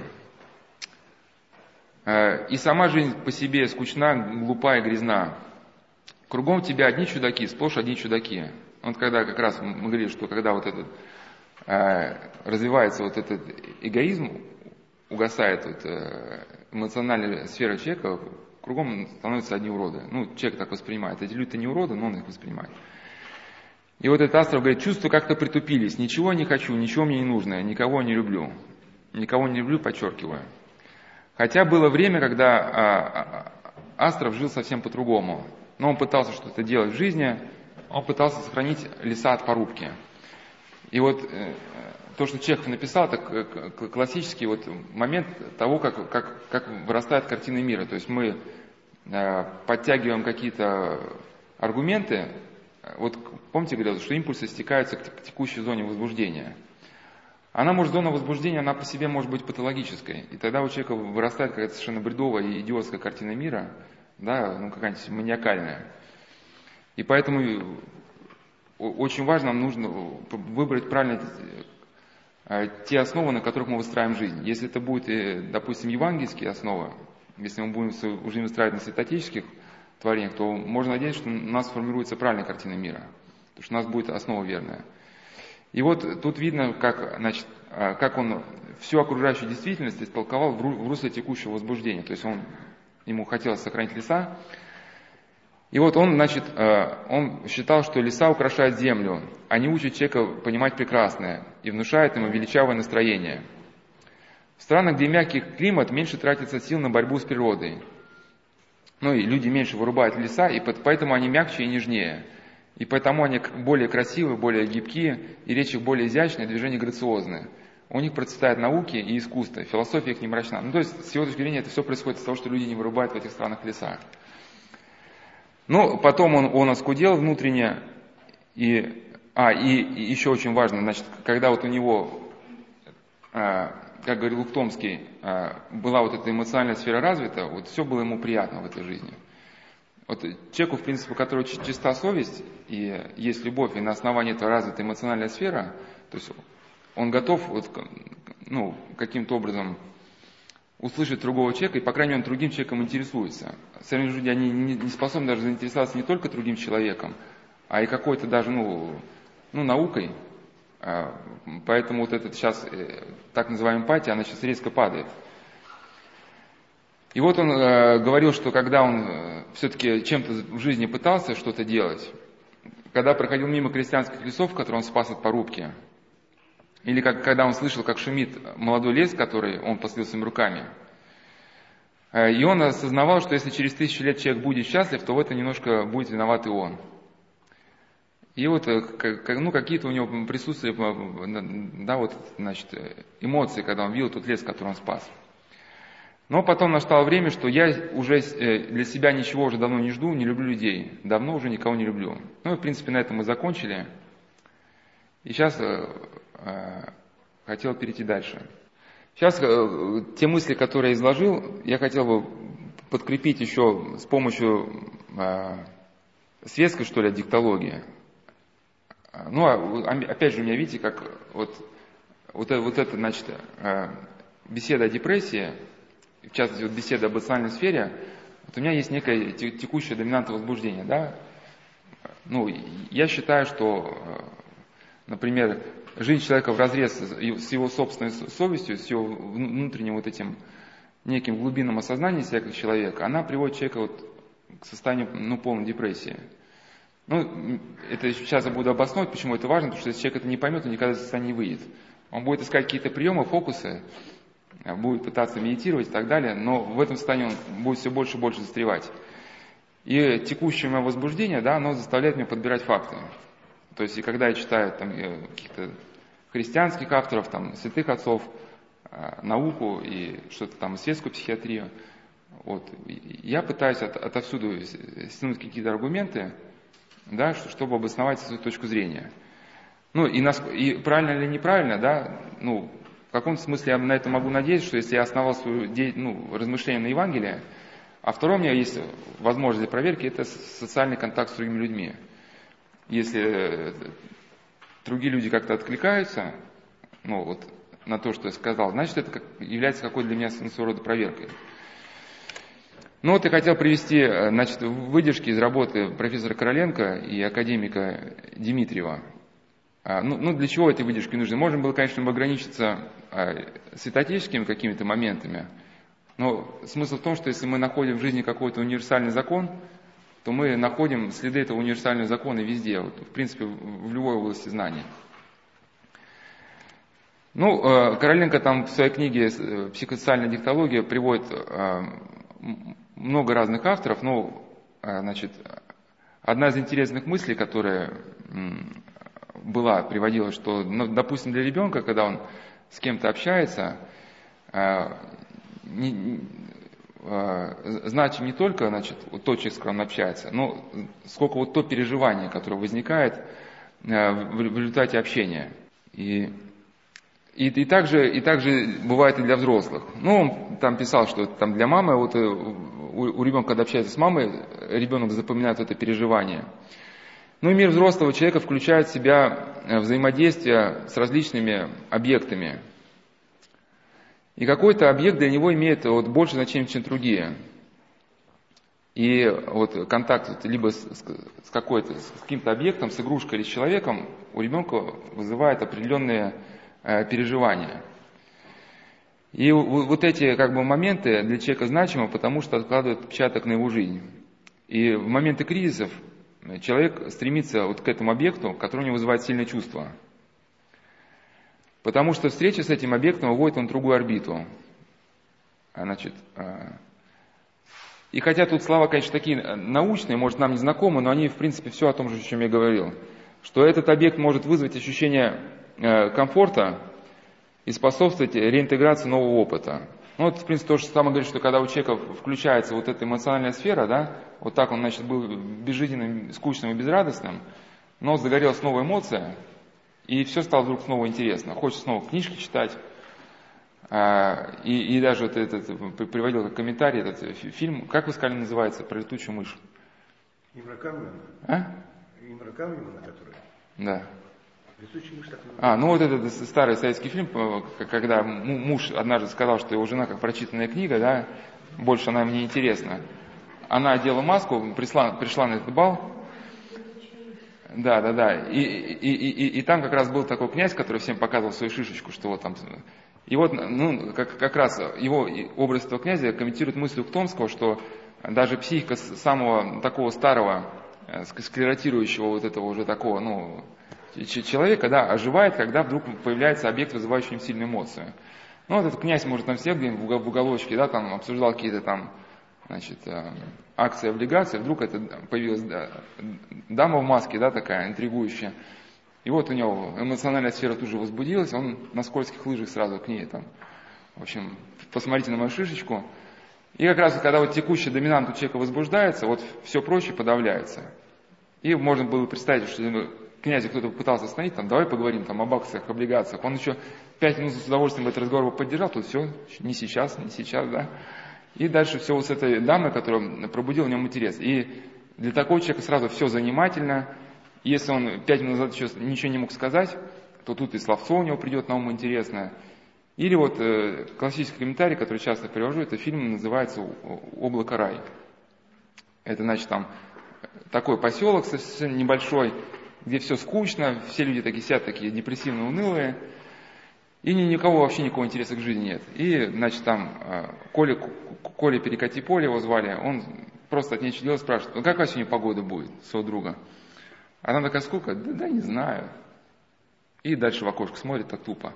И сама жизнь по себе скучна, глупа и грязна. Кругом тебя одни чудаки, сплошь одни чудаки. Вот когда как раз мы говорили, что когда вот этот развивается вот этот эгоизм, угасает вот эмоциональная сфера человека, кругом становятся одни уроды. Ну, человек так воспринимает. Эти люди-то не уроды, но он их воспринимает. И вот этот Астров говорит, чувства как-то притупились, ничего не хочу, ничего мне не нужно, никого не люблю. Никого не люблю, подчеркиваю. Хотя было время, когда Астров жил совсем по-другому. Но он пытался что-то делать в жизни, он пытался сохранить леса от порубки. И вот то, что Чехов написал, это классический вот момент того, как, как, как вырастает картина мира. То есть мы подтягиваем какие-то аргументы. Вот помните, говорил, что импульсы стекаются к текущей зоне возбуждения. Она может, зона возбуждения, она по себе может быть патологической. И тогда у человека вырастает какая-то совершенно бредовая и идиотская картина мира, да, ну какая-нибудь маниакальная. И поэтому очень важно, нам нужно выбрать правильно те основы, на которых мы выстраиваем жизнь. Если это будет, допустим, евангельские основы, если мы будем свою жизнь выстраивать на святоотеческих творениях, то можно надеяться, что у нас сформируется правильная картина мира, потому что у нас будет основа верная. И вот тут видно, как, значит, как он всю окружающую действительность истолковал в русле текущего возбуждения. То есть он, ему хотелось сохранить леса. И вот он, значит, он считал, что леса украшают землю, они учат человека понимать прекрасное и внушают ему величавое настроение. В странах, где мягкий климат, меньше тратится сил на борьбу с природой. Ну и люди меньше вырубают леса, и поэтому они мягче и нежнее. И поэтому они более красивые, более гибкие, и речь их более изящная, движения грациозные. У них процветают науки и искусство, философия их не мрачна. Ну то есть, с его точки зрения, это все происходит из-за того, что люди не вырубают в этих странах леса. Ну, потом он, он оскудел внутренне, и, а, и, и еще очень важно, значит, когда вот у него, а, как говорил Ухтомский, а, была вот эта эмоциональная сфера развита, вот все было ему приятно в этой жизни. Вот человеку, в принципе, у которого чиста совесть, и есть любовь, и на основании этого развита эмоциональная сфера, то есть он готов вот, ну, каким-то образом услышать другого человека, и, по крайней мере, он другим человеком интересуется. Современные люди, они не способны даже заинтересоваться не только другим человеком, а и какой-то даже, ну, ну наукой. Поэтому вот эта сейчас так называемая эмпатия, она сейчас резко падает. И вот он э, говорил, что когда он э, все-таки чем-то в жизни пытался что-то делать, когда проходил мимо крестьянских лесов, которые он спас от порубки, или как, когда он слышал, как шумит молодой лес, который он посадил своими руками, э, и он осознавал, что если через тысячу лет человек будет счастлив, то в этом немножко будет виноват и он. И вот э, как, ну, какие-то у него присутствовали, да, вот, значит, эмоции, когда он видел тот лес, который он спас. Но потом настало время, что я уже для себя ничего уже давно не жду, не люблю людей. Давно уже никого не люблю. Ну и, в принципе, на этом мы закончили. И сейчас э, э, хотел перейти дальше. Сейчас э, те мысли, которые я изложил, я хотел бы подкрепить еще с помощью э, светской, что ли, диктологии. Ну, а, опять же, у меня, видите, как вот, вот, вот это, значит, э, беседа о депрессии, в частности, вот беседа об эмоциональной сфере, вот у меня есть некое текущее доминантное возбуждение, да. Ну, я считаю, что, например, жизнь человека вразрез с его собственной совестью, с его внутренним вот этим неким глубинным осознанием себя как человека, она приводит человека вот к состоянию, ну, полной депрессии. Ну, это сейчас я буду обосновывать, почему это важно, потому что если человек это не поймет, он никогда из состояния не выйдет. Он будет искать какие-то приемы, фокусы, будет пытаться медитировать и так далее, но в этом состоянии он будет все больше и больше застревать. И текущее мое возбуждение, да, оно заставляет меня подбирать факты. То есть, и когда я читаю там, каких-то христианских авторов, там, святых отцов, науку и что-то там, светскую психиатрию, вот, я пытаюсь от, отовсюду стянуть какие-то аргументы, да, чтобы обосновать свою точку зрения. Ну, и, нас, и правильно или неправильно, да, ну, в каком-то смысле я на это могу надеяться, что если я основал свое ну, размышление на Евангелии, а второе у меня есть возможность для проверки, это социальный контакт с другими людьми. Если другие люди как-то откликаются, ну, вот, на то, что я сказал, значит, это как, является какой-то для меня своего рода проверкой. Ну вот я хотел привести, значит, выдержки из работы профессора Короленко и академика Дмитриева. Ну, ну, для чего эти выдержки нужны? Можно было, конечно, ограничиться святоотеческими какими-то моментами, но смысл в том, что если мы находим в жизни какой-то универсальный закон, то мы находим следы этого универсального закона везде, вот, в принципе, в любой области знаний. Ну, Короленко там в своей книге «Психосоциальная диктология» приводит много разных авторов, но, значит, одна из интересных мыслей, которая была, приводила, что, ну, допустим, для ребенка, когда он с кем-то общается, не, значит не только, значит, тот человек, с которым он общается, но сколько вот то переживание, которое возникает в результате общения. И И, и, также, и также бывает и для взрослых. Ну, он там писал, что там для мамы, вот у, у ребенка, когда общается с мамой, ребенок запоминает это переживание. Ну и мир взрослого человека включает в себя взаимодействие с различными объектами. И какой-то объект для него имеет вот больше значения, чем другие. И вот контакт либо с, с, какой-то, с каким-то объектом, с игрушкой или с человеком у ребенка вызывает определенные переживания. И вот эти как бы моменты для человека значимы, потому что откладывают отпечаток на его жизнь. И в моменты кризисов человек стремится вот к этому объекту, который у него вызывает сильное чувство. Потому что встреча с этим объектом выводит он в другую орбиту. Значит, и хотя тут слова, конечно, такие научные, может, нам не знакомы, но они, в принципе, все о том же, о чем я говорил. Что этот объект может вызвать ощущение комфорта и способствовать реинтеграции нового опыта. Ну вот, в принципе, то же самое говорит, что когда у человека включается вот эта эмоциональная сфера, да, вот так он, значит, был безжизненным, скучным и безрадостным, но загорелась новая эмоция, и все стало вдруг снова интересно. Хочется снова книжки читать. И, и даже вот этот, приводил как комментарий этот фильм, как вы сказали, называется, про летучую мышь? Имра Каммина. А? Имра Каммина, которая? Да. Летучая мышь так называется. А, ну вот этот старый советский фильм, когда муж однажды сказал, что его жена как прочитанная книга, да, больше она мне интересна. Она одела маску, пришла, пришла на этот бал. Да, да, да. И, и, и, и, и там как раз был такой князь, который всем показывал свою шишечку, что вот там. И вот, ну, как, как раз его образ этого князя комментирует мысль Ухтомского, что даже психика самого такого старого, склеротирующего вот этого уже такого, ну, человека, да, оживает, когда вдруг появляется объект, вызывающий в нем сильную эмоцию. Ну, вот этот князь, может, там сидел где-нибудь в уголочке, да, там обсуждал какие-то там, значит, акции, облигации, вдруг это появилась дама в маске, да, такая интригующая. И вот у него эмоциональная сфера тут же возбудилась, он на скользких лыжах сразу к ней там, в общем, посмотрите на мою шишечку. И как раз, когда вот текущий доминант у человека возбуждается, вот все прочее подавляется. И можно было представить, что князя кто-то пытался остановить, там, давай поговорим там об акциях, облигациях. Он еще пять минут с удовольствием этот разговор поддержал, тут все, не сейчас, не сейчас, да. И дальше все вот с этой дамой, которая пробудила в нем интерес. И для такого человека сразу все занимательно. Если он пять минут назад еще ничего не мог сказать, то тут и словцо у него придет на ум интересное. Или вот э, классический комментарий, который часто привожу, это фильм называется «Облако рай». Это, значит, там такой поселок совсем небольшой, где все скучно, все люди такие сидят, такие депрессивно унылые, и ни, никого вообще никакого интереса к жизни нет. И, значит, там э, Коля, Коля Перекати Поле его звали, он просто от нечего делать спрашивает, ну какая сегодня погода будет, своего друга? Она такая, сколько? Да, да не знаю. И дальше в окошко смотрит, так тупо.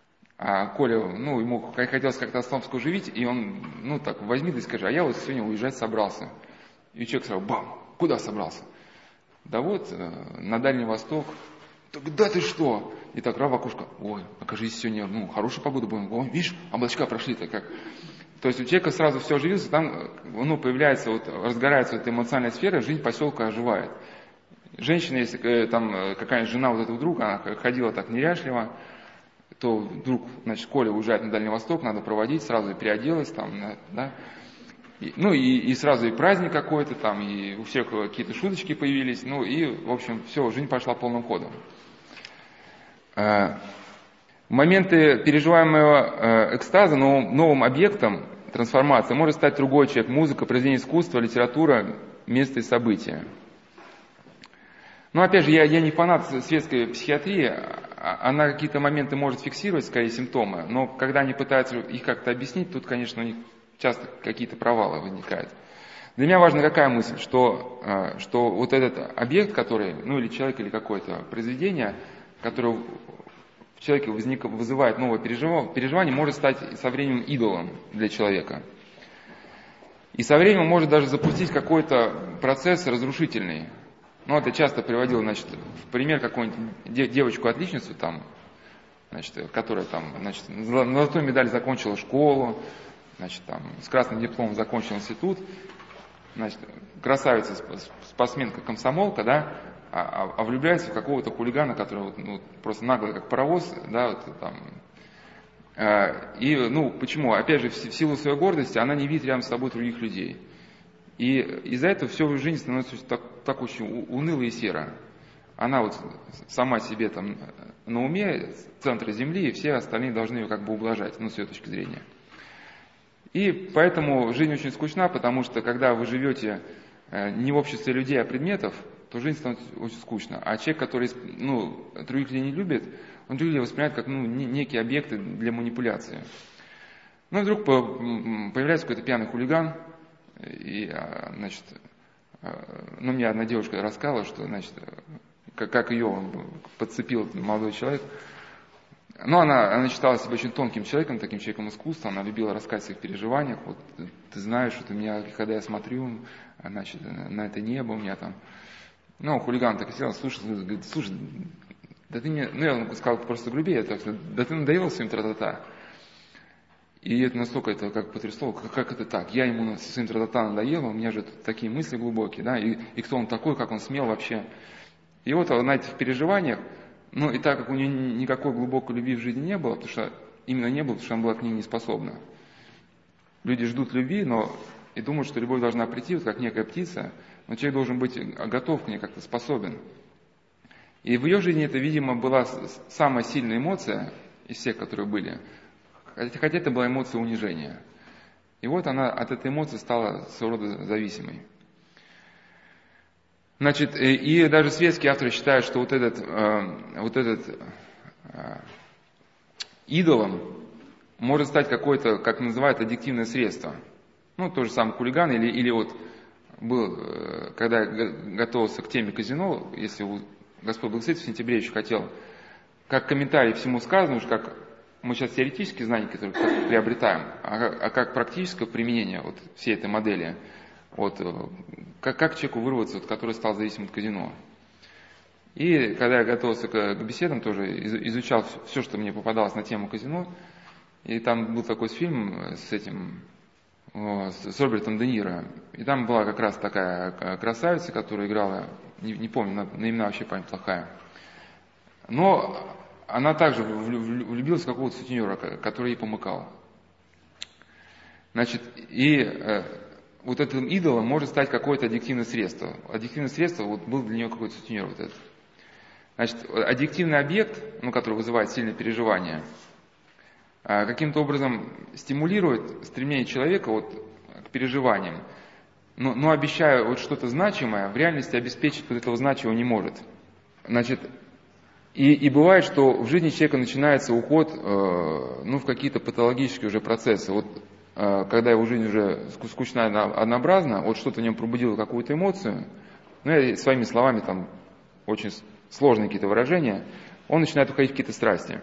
А Коля, ну, ему хотелось как-то Островского оживить, и он, ну, так, возьми да и скажи, а я вот сегодня уезжать собрался. И человек сразу, бам, куда собрался? Да вот, на Дальний Восток. Так да ты что? И так, рав в окошко, ой, окажись сегодня, ну, хорошая погода будет. Ой, видишь, облачка прошли-то как. То есть у человека сразу все оживилось, там, ну, появляется, вот, разгорается эта эмоциональная сфера, жизнь поселка оживает. Женщина, если там какая-нибудь жена вот этого друга, она ходила так неряшливо, то вдруг, значит, Коля уезжает на Дальний Восток, надо проводить, сразу и переоделась там, да. И, ну и, и сразу и праздник какой-то там, и у всех какие-то шуточки появились, ну и, в общем, все, жизнь пошла полным ходом. В моменты переживаемого экстаза новым, новым объектом трансформации может стать другой человек, музыка, произведение искусства, литература, место и события. Но опять же, я, я не фанат светской психиатрии, она какие-то моменты может фиксировать, скорее, симптомы, но когда они пытаются их как-то объяснить, тут, конечно, у них часто какие-то провалы возникают. Для меня важна какая мысль, что, что вот этот объект, который, ну или человек, или какое-то произведение, которое в человеке возник, вызывает новое переживание, может стать со временем идолом для человека. И со временем может даже запустить какой-то процесс разрушительный. Ну, это часто приводил, значит, в пример какую-нибудь девочку-отличницу, там, значит, которая там, значит, на золотую медаль закончила школу, значит, там, с красным дипломом закончила институт, значит, красавица, спортсменка, комсомолка, да, а, а влюбляется в какого-то хулигана, который вот, ну, просто наглый, как паровоз, да, вот, там. И, ну, почему? Опять же, в силу своей гордости она не видит рядом с собой других людей. И из-за этого все в жизни становится так, так очень уныло и серо. Она вот сама себе там на уме, центр Земли, и все остальные должны ее как бы ублажать, ну, с ее точки зрения. И поэтому жизнь очень скучна, потому что когда вы живете не в обществе людей, а предметов, то жизнь становится очень скучна. А человек, который, ну, других людей не любит, он других людей воспринимает как, ну, некие объекты для манипуляции. Ну, и вдруг появляется какой-то пьяный хулиган, и, значит, ну, мне одна девушка рассказала, что, значит, как, как ее подцепил молодой человек. Ну, она, она считала себя очень тонким человеком, таким человеком искусства, она любила рассказывать о своих переживаниях. Вот, ты знаешь, что у меня, когда я смотрю, значит, на это небо, у меня там... Ну, хулиган так и сидел, слушай, говорит, слушай, да ты мне... Ну, я сказал просто грубее, так, да ты надоел своим тра-та-та. И это настолько это как потрясло, как, как это так? Я ему со своим тра-та-та надоел, у меня же тут такие мысли глубокие, да, и, и кто он такой, как он смел вообще. И вот на этих переживаниях, ну и так как у нее никакой глубокой любви в жизни не было, потому что именно не было, потому что она была к ней не способна. Люди ждут любви, но и думают, что любовь должна прийти, вот как некая птица, но человек должен быть готов к ней, как-то способен. И в ее жизни это, видимо, была самая сильная эмоция из всех, которые были. Хотя это была эмоция унижения. И вот она от этой эмоции стала своего рода зависимой. Значит, и даже светские авторы считают, что вот этот, вот этот идолом может стать какое-то, как называют, аддиктивное средство. Ну, то же самое хулиган, или, или вот был, когда я готовился к теме казино, если у Господь благословит, в сентябре еще хотел, как комментарий всему сказанному, как мы сейчас теоретические знания, которые приобретаем, а, а как практическое применение вот всей этой модели, вот, как, как человеку вырваться, вот, который стал зависимым от казино. И когда я готовился к, к беседам, тоже изучал все, что мне попадалось на тему казино, и там был такой фильм с этим, с Робертом Де Ниро, и там была как раз такая красавица, которая играла, не, не помню, на, на имена вообще память плохая, но она также влюбилась в какого-то сутенера, который ей помыкал. Значит, и э, вот этим идолом может стать какое-то аддиктивное средство. Аддиктивное средство, вот был для нее какой-то сутенер вот этот. Значит, аддиктивный объект, ну, который вызывает сильное переживание, э, каким-то образом стимулирует стремление человека вот к переживаниям, но, но обещая вот что-то значимое, в реальности обеспечить вот этого значимого не может. Значит, И, и бывает, что в жизни человека начинается уход э, ну, в какие-то патологические уже процессы. Вот э, когда его жизнь уже скучна и однообразна, вот что-то в нем пробудило какую-то эмоцию, ну, я своими словами, там, очень сложные какие-то выражения, он начинает уходить в какие-то страсти.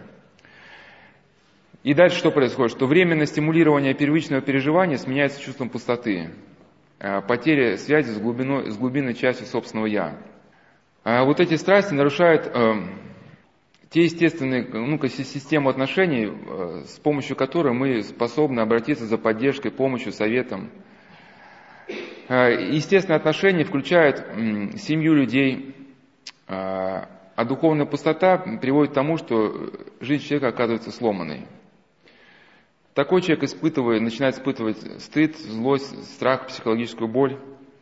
И дальше что происходит? Что временное стимулирование первичного переживания сменяется чувством пустоты, э, потеря связи с, глубиной, с глубинной частью собственного «я». А вот эти страсти нарушают э, те естественные, ну-ка, систему отношений, с помощью которой мы способны обратиться за поддержкой, помощью, советом. Естественные отношения включают семью людей, а духовная пустота приводит к тому, что жизнь человека оказывается сломанной. Такой человек испытывает, начинает испытывать стыд, злость, страх, психологическую боль.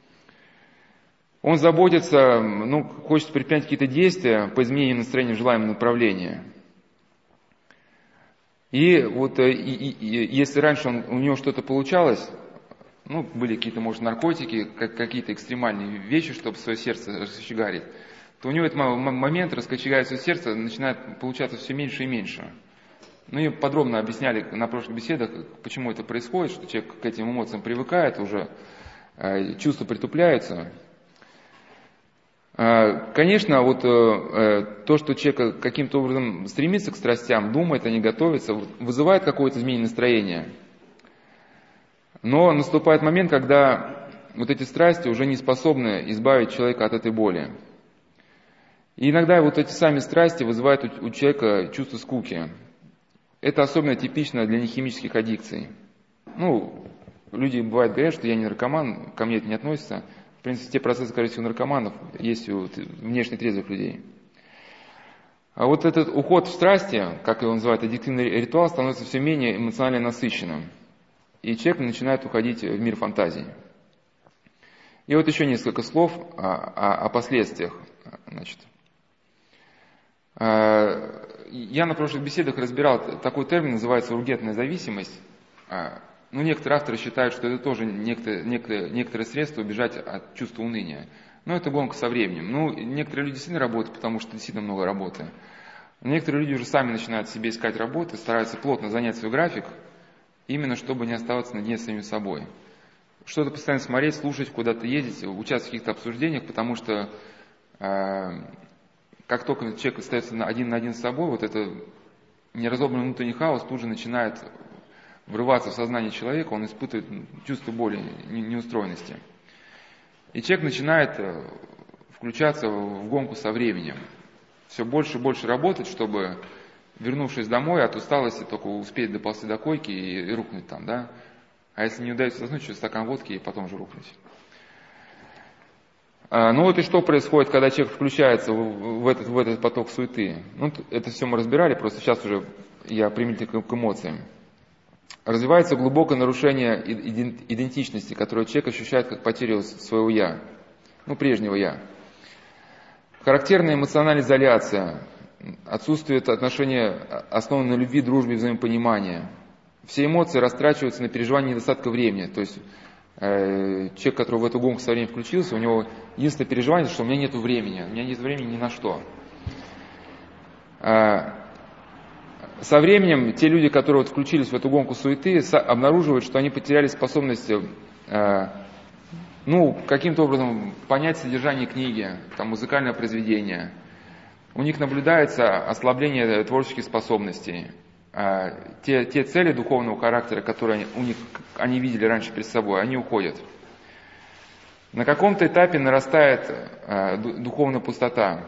Он заботится, ну, хочет предпринять какие-то действия по изменению настроения в желаемом направлении. И вот и, и, и, если раньше он, у него что-то получалось, ну, были какие-то, может, наркотики, как, какие-то экстремальные вещи, чтобы свое сердце раскочегарить, то у него этот момент раскочегарить свое сердце начинает получаться все меньше и меньше. Ну и подробно объясняли на прошлых беседах, почему это происходит, что человек к этим эмоциям привыкает уже, чувства притупляются. Конечно, вот то, что человек каким-то образом стремится к страстям, думает, а не готовится, вызывает какое-то изменение настроения. Но наступает момент, когда вот эти страсти уже не способны избавить человека от этой боли. И иногда вот эти сами страсти вызывают у человека чувство скуки. Это особенно типично для нехимических аддикций. Ну, люди бывают говорят, что я не наркоман, ко мне это не относится. В принципе, те процессы, которые есть у наркоманов, есть у внешне трезвых людей. А вот этот уход в страсти, как его называют, аддиктивный ритуал, становится все менее эмоционально насыщенным. И человек начинает уходить в мир фантазий. И вот еще несколько слов о, о, о последствиях. Значит, я на прошлых беседах разбирал такой термин, называется ургентная зависимость. Ну, некоторые авторы считают, что это тоже некоторые, некоторые, некоторые средства убежать от чувства уныния. Но это гонка со временем. Ну, некоторые люди действительно работают, потому что действительно много работы. Некоторые люди уже сами начинают себе искать работы, стараются плотно занять свой график, именно чтобы не оставаться наедине с самим собой. Что-то постоянно смотреть, слушать, куда-то ездить, участвовать в каких-то обсуждениях, потому что э, как только человек остается один на один с собой, вот это неразобранный внутренний хаос тут же начинает врываться в сознание человека, он испытывает чувство боли, неустроенности. И человек начинает включаться в гонку со временем. Все больше и больше работать, чтобы вернувшись домой, от усталости только успеть доползти до койки и, и рухнуть там, да. А если не удается заснуть, еще стакан водки и потом же рухнуть. А, ну вот и что происходит, когда человек включается в, в, этот, в этот поток суеты? Ну, это все мы разбирали, просто сейчас уже я применительно к эмоциям. Развивается глубокое нарушение идентичности, которое человек ощущает как потерю своего «я», ну, прежнего «я». Характерная эмоциональная изоляция, отсутствие отношения, основанное на любви, дружбе и взаимопонимании. Все эмоции растрачиваются на переживание недостатка времени. То есть э, человек, который в эту гонку со временем включился, у него единственное переживание, что у меня нет времени, у меня нет времени ни на что. Э, со временем те люди, которые вот включились в эту гонку суеты, обнаруживают, что они потеряли способность э, ну, каким-то образом понять содержание книги, там, музыкальное произведение. У них наблюдается ослабление творческих способностей. Те, те цели духовного характера, которые у них, они видели раньше перед собой, они уходят. На каком-то этапе нарастает духовная пустота.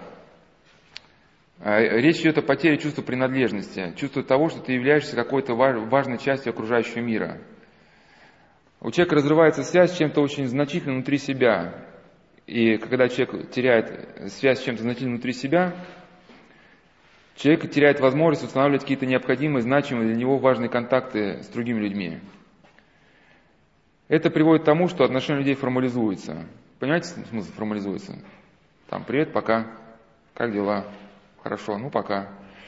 Речь идет о потере чувства принадлежности, чувства того, что ты являешься какой-то важной частью окружающего мира. У человека разрывается связь с чем-то очень значительным внутри себя. И когда человек теряет связь с чем-то значительным внутри себя, человек теряет возможность устанавливать какие-то необходимые, значимые для него важные контакты с другими людьми. Это приводит к тому, что отношения людей формализуются. Понимаете смысл формализуется? Там, привет, пока, как дела? Хорошо, ну пока.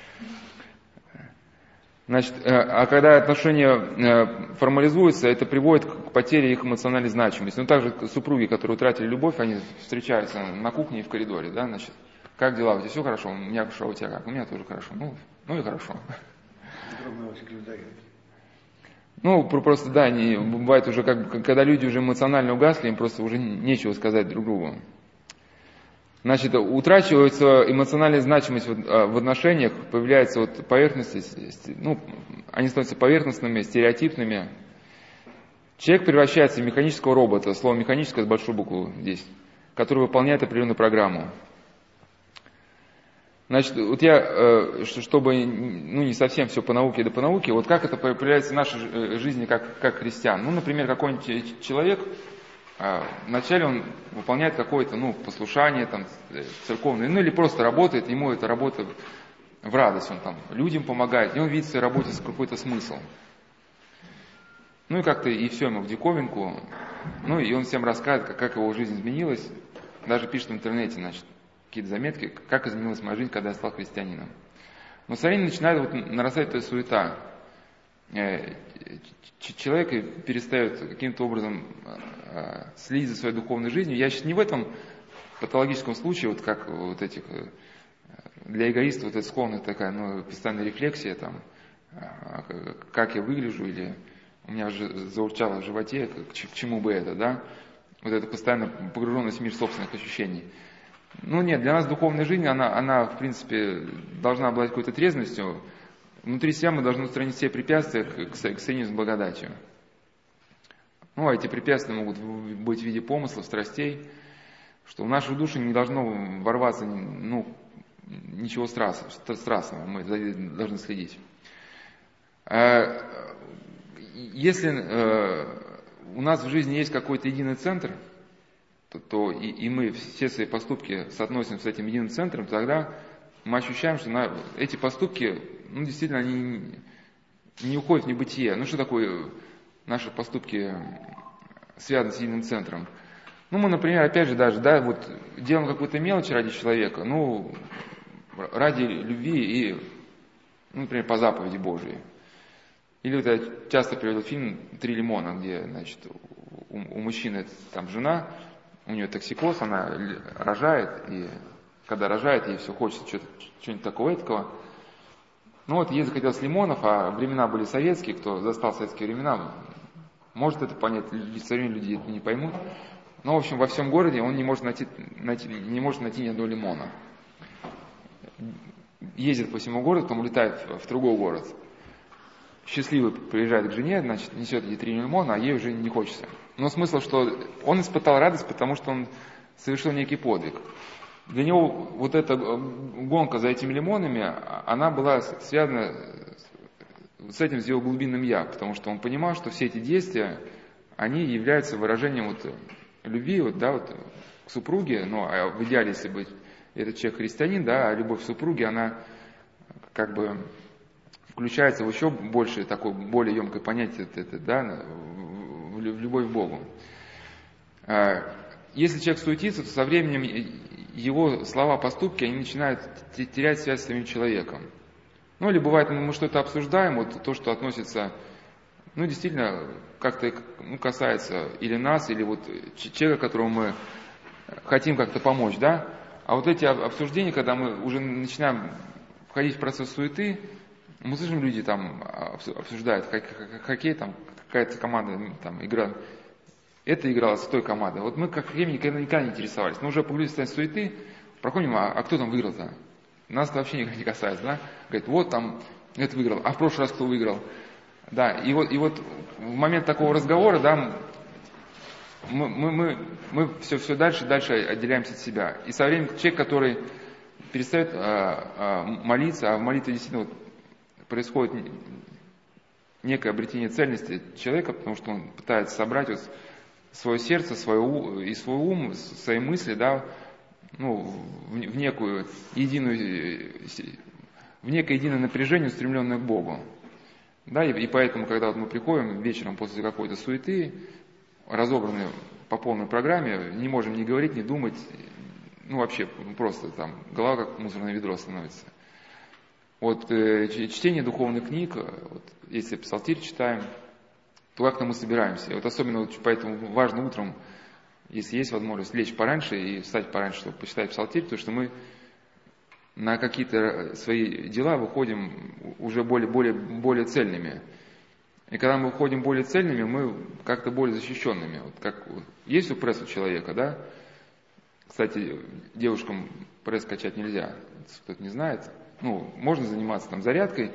Значит, а когда отношения формализуются, это приводит к потере их эмоциональной значимости. Ну, также супруги, которые утратили любовь, они встречаются на кухне и в коридоре, да, значит, как дела, у тебя все хорошо? У меня хорошо, у тебя как? У меня тоже хорошо. Ну, ну и хорошо. Ну, просто, да, не, бывает уже, как, когда люди уже эмоционально угасли, им просто уже нечего сказать друг другу. Значит, утрачивается эмоциональная значимость в отношениях, появляется вот поверхности, ну, они становятся поверхностными, стереотипными. Человек превращается в механического робота, слово «механическое» с большой буквы здесь, который выполняет определенную программу. Значит, вот я, чтобы, ну, не совсем все по науке да по науке, вот как это появляется в нашей жизни как, как христиан. Ну, например, какой-нибудь человек, вначале он выполняет какое-то, ну, послушание там, церковное, ну или просто работает, ему эта работа в радость, он там людям помогает, и он видит в своей работе какой-то смысл. Ну и как-то и все ему в диковинку, ну и он всем рассказывает, как, как его жизнь изменилась, даже пишет в интернете, значит, какие-то заметки, как изменилась моя жизнь, когда я стал христианином. Но со временем начинает вот нарастать эта суета. Человек перестает каким-то образом следить за своей духовной жизнью. Я сейчас не в этом патологическом случае, вот как вот этих, для эгоистов вот эта склонность такая, ну, постоянная рефлексия, там, как я выгляжу, или у меня же заурчало в животе, к чему бы это, да, вот это постоянно погруженность в мир собственных ощущений. Ну нет, для нас духовная жизнь, она, она в принципе, должна обладать какой-то трезвостью. Внутри себя мы должны устранить все препятствия к, к соединению с благодатью. Ну, а эти препятствия могут быть в виде помыслов, страстей, что в нашу душу не должно ворваться, ну, ничего страстного, мы должны следить. Если у нас в жизни есть какой-то единый центр, то, то и, и мы все свои поступки соотносим с этим единым центром, тогда мы ощущаем, что на, эти поступки, ну, действительно, они не уходят в небытие. Ну, что такое наши поступки связаны с единым центром? Ну, мы, например, опять же, даже, да, вот делаем какую-то мелочь ради человека, ну, ради любви и, ну, например, по заповеди Божьей. Или вот я часто приведу фильм «Три лимона», где, значит, у, у мужчины там жена, у нее токсикоз, она рожает, и когда рожает, ей все хочется что-то, что-нибудь такого этакого. Ну вот, ей захотелось лимонов, а времена были советские, кто застал советские времена, может это понять, современные люди это не поймут. Но, в общем, во всем городе он не может найти, найти, не может найти ни одного лимона. Ездит по всему городу, потом улетает в другой город. Счастливый приезжает к жене, значит, несет ей три лимона, а ей уже не хочется. Но смысл, что он испытал радость, потому что он совершил некий подвиг. Для него вот эта гонка за этими лимонами, она была связана с этим, с его глубинным «я», потому что он понимал, что все эти действия, они являются выражением вот любви вот, да, вот, к супруге, ну, а в идеале, если бы этот человек христианин, да, а любовь к супруге, она как бы включается в еще большее, такое более емкое понятие, это, да, в любовь к Богу. Если человек суетится, то со временем его слова, поступки, они начинают терять связь с самим человеком. Ну, или бывает, мы что-то обсуждаем, вот то, что относится, ну, действительно, как-то ну, касается или нас, или вот человека, которому мы хотим как-то помочь, да. А вот эти обсуждения, когда мы уже начинаем входить в процесс суеты, мы слышим, люди там обсуждают хоккей, там какая-то команда там играет. Это играла с той командой. Вот мы как времени никогда, никогда не интересовались. Но уже погрузились в состояние суеты, проходим, а, а кто там выиграл-то? Нас это вообще никак не касается, да? Говорит, вот там это выиграл, а в прошлый раз кто выиграл? Да, и вот, и вот в момент такого разговора, да, мы, мы, мы, мы все, все дальше и дальше отделяемся от себя. И со временем человек, который перестает а, а, молиться, а в молитве действительно вот происходит некое обретение цельности человека, потому что он пытается собрать вот свое сердце, свое, и свой ум, свои мысли, да, ну, в, в некую единую, в некое единое напряжение, устремленное к Богу. Да, и, и поэтому, когда вот мы приходим вечером после какой-то суеты, разобранные по полной программе, не можем ни говорить, ни думать, ну вообще просто там голова как мусорное ведро становится. Вот э, чтение духовных книг, вот, если псалтирь читаем, то как-то мы собираемся. И вот особенно вот поэтому важно утром, если есть возможность, лечь пораньше и встать пораньше, чтобы почитать псалтирь, потому что мы на какие-то свои дела выходим уже более, более, более цельными. И когда мы выходим более цельными, мы как-то более защищенными. Вот как есть у пресс у человека, да? Кстати, девушкам пресс качать нельзя, кто-то не знает. Ну, можно заниматься там зарядкой,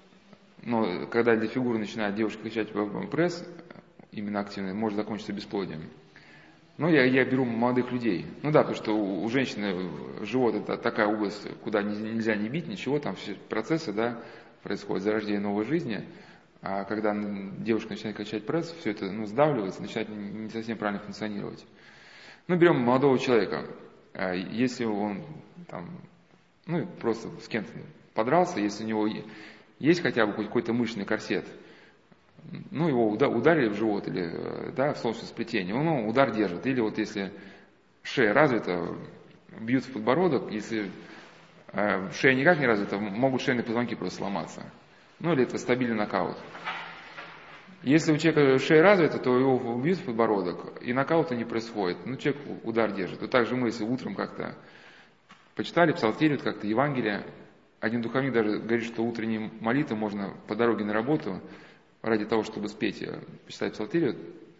но когда для фигуры начинает девушка качать пресс, именно активно, может закончиться бесплодием. Ну, я, я беру молодых людей. Ну да, потому что у, у женщины живот это такая область, куда нельзя не бить, ничего, там все процессы, да, происходят, зарождение новой жизни. А когда девушка начинает качать пресс, все это ну, сдавливается, начинает не совсем правильно функционировать. Ну, берем молодого человека. Если он там, ну, просто с кем-то подрался, если у него есть хотя бы какой-то мышечный корсет, ну, его ударили в живот или да, в солнечное сплетение, он ну, удар держит. Или вот если шея развита, бьют в подбородок, если э, шея никак не развита, могут шейные позвонки просто сломаться. Ну, или это стабильный нокаут. Если у человека шея развита, то его бьют в подбородок, и нокаута не происходит. Ну, человек удар держит. Вот так же мы, если утром как-то почитали, псалтирь, как-то Евангелие, один духовник даже говорит, что утренние молитвы можно по дороге на работу, ради того, чтобы спеть, почитать псалтирь,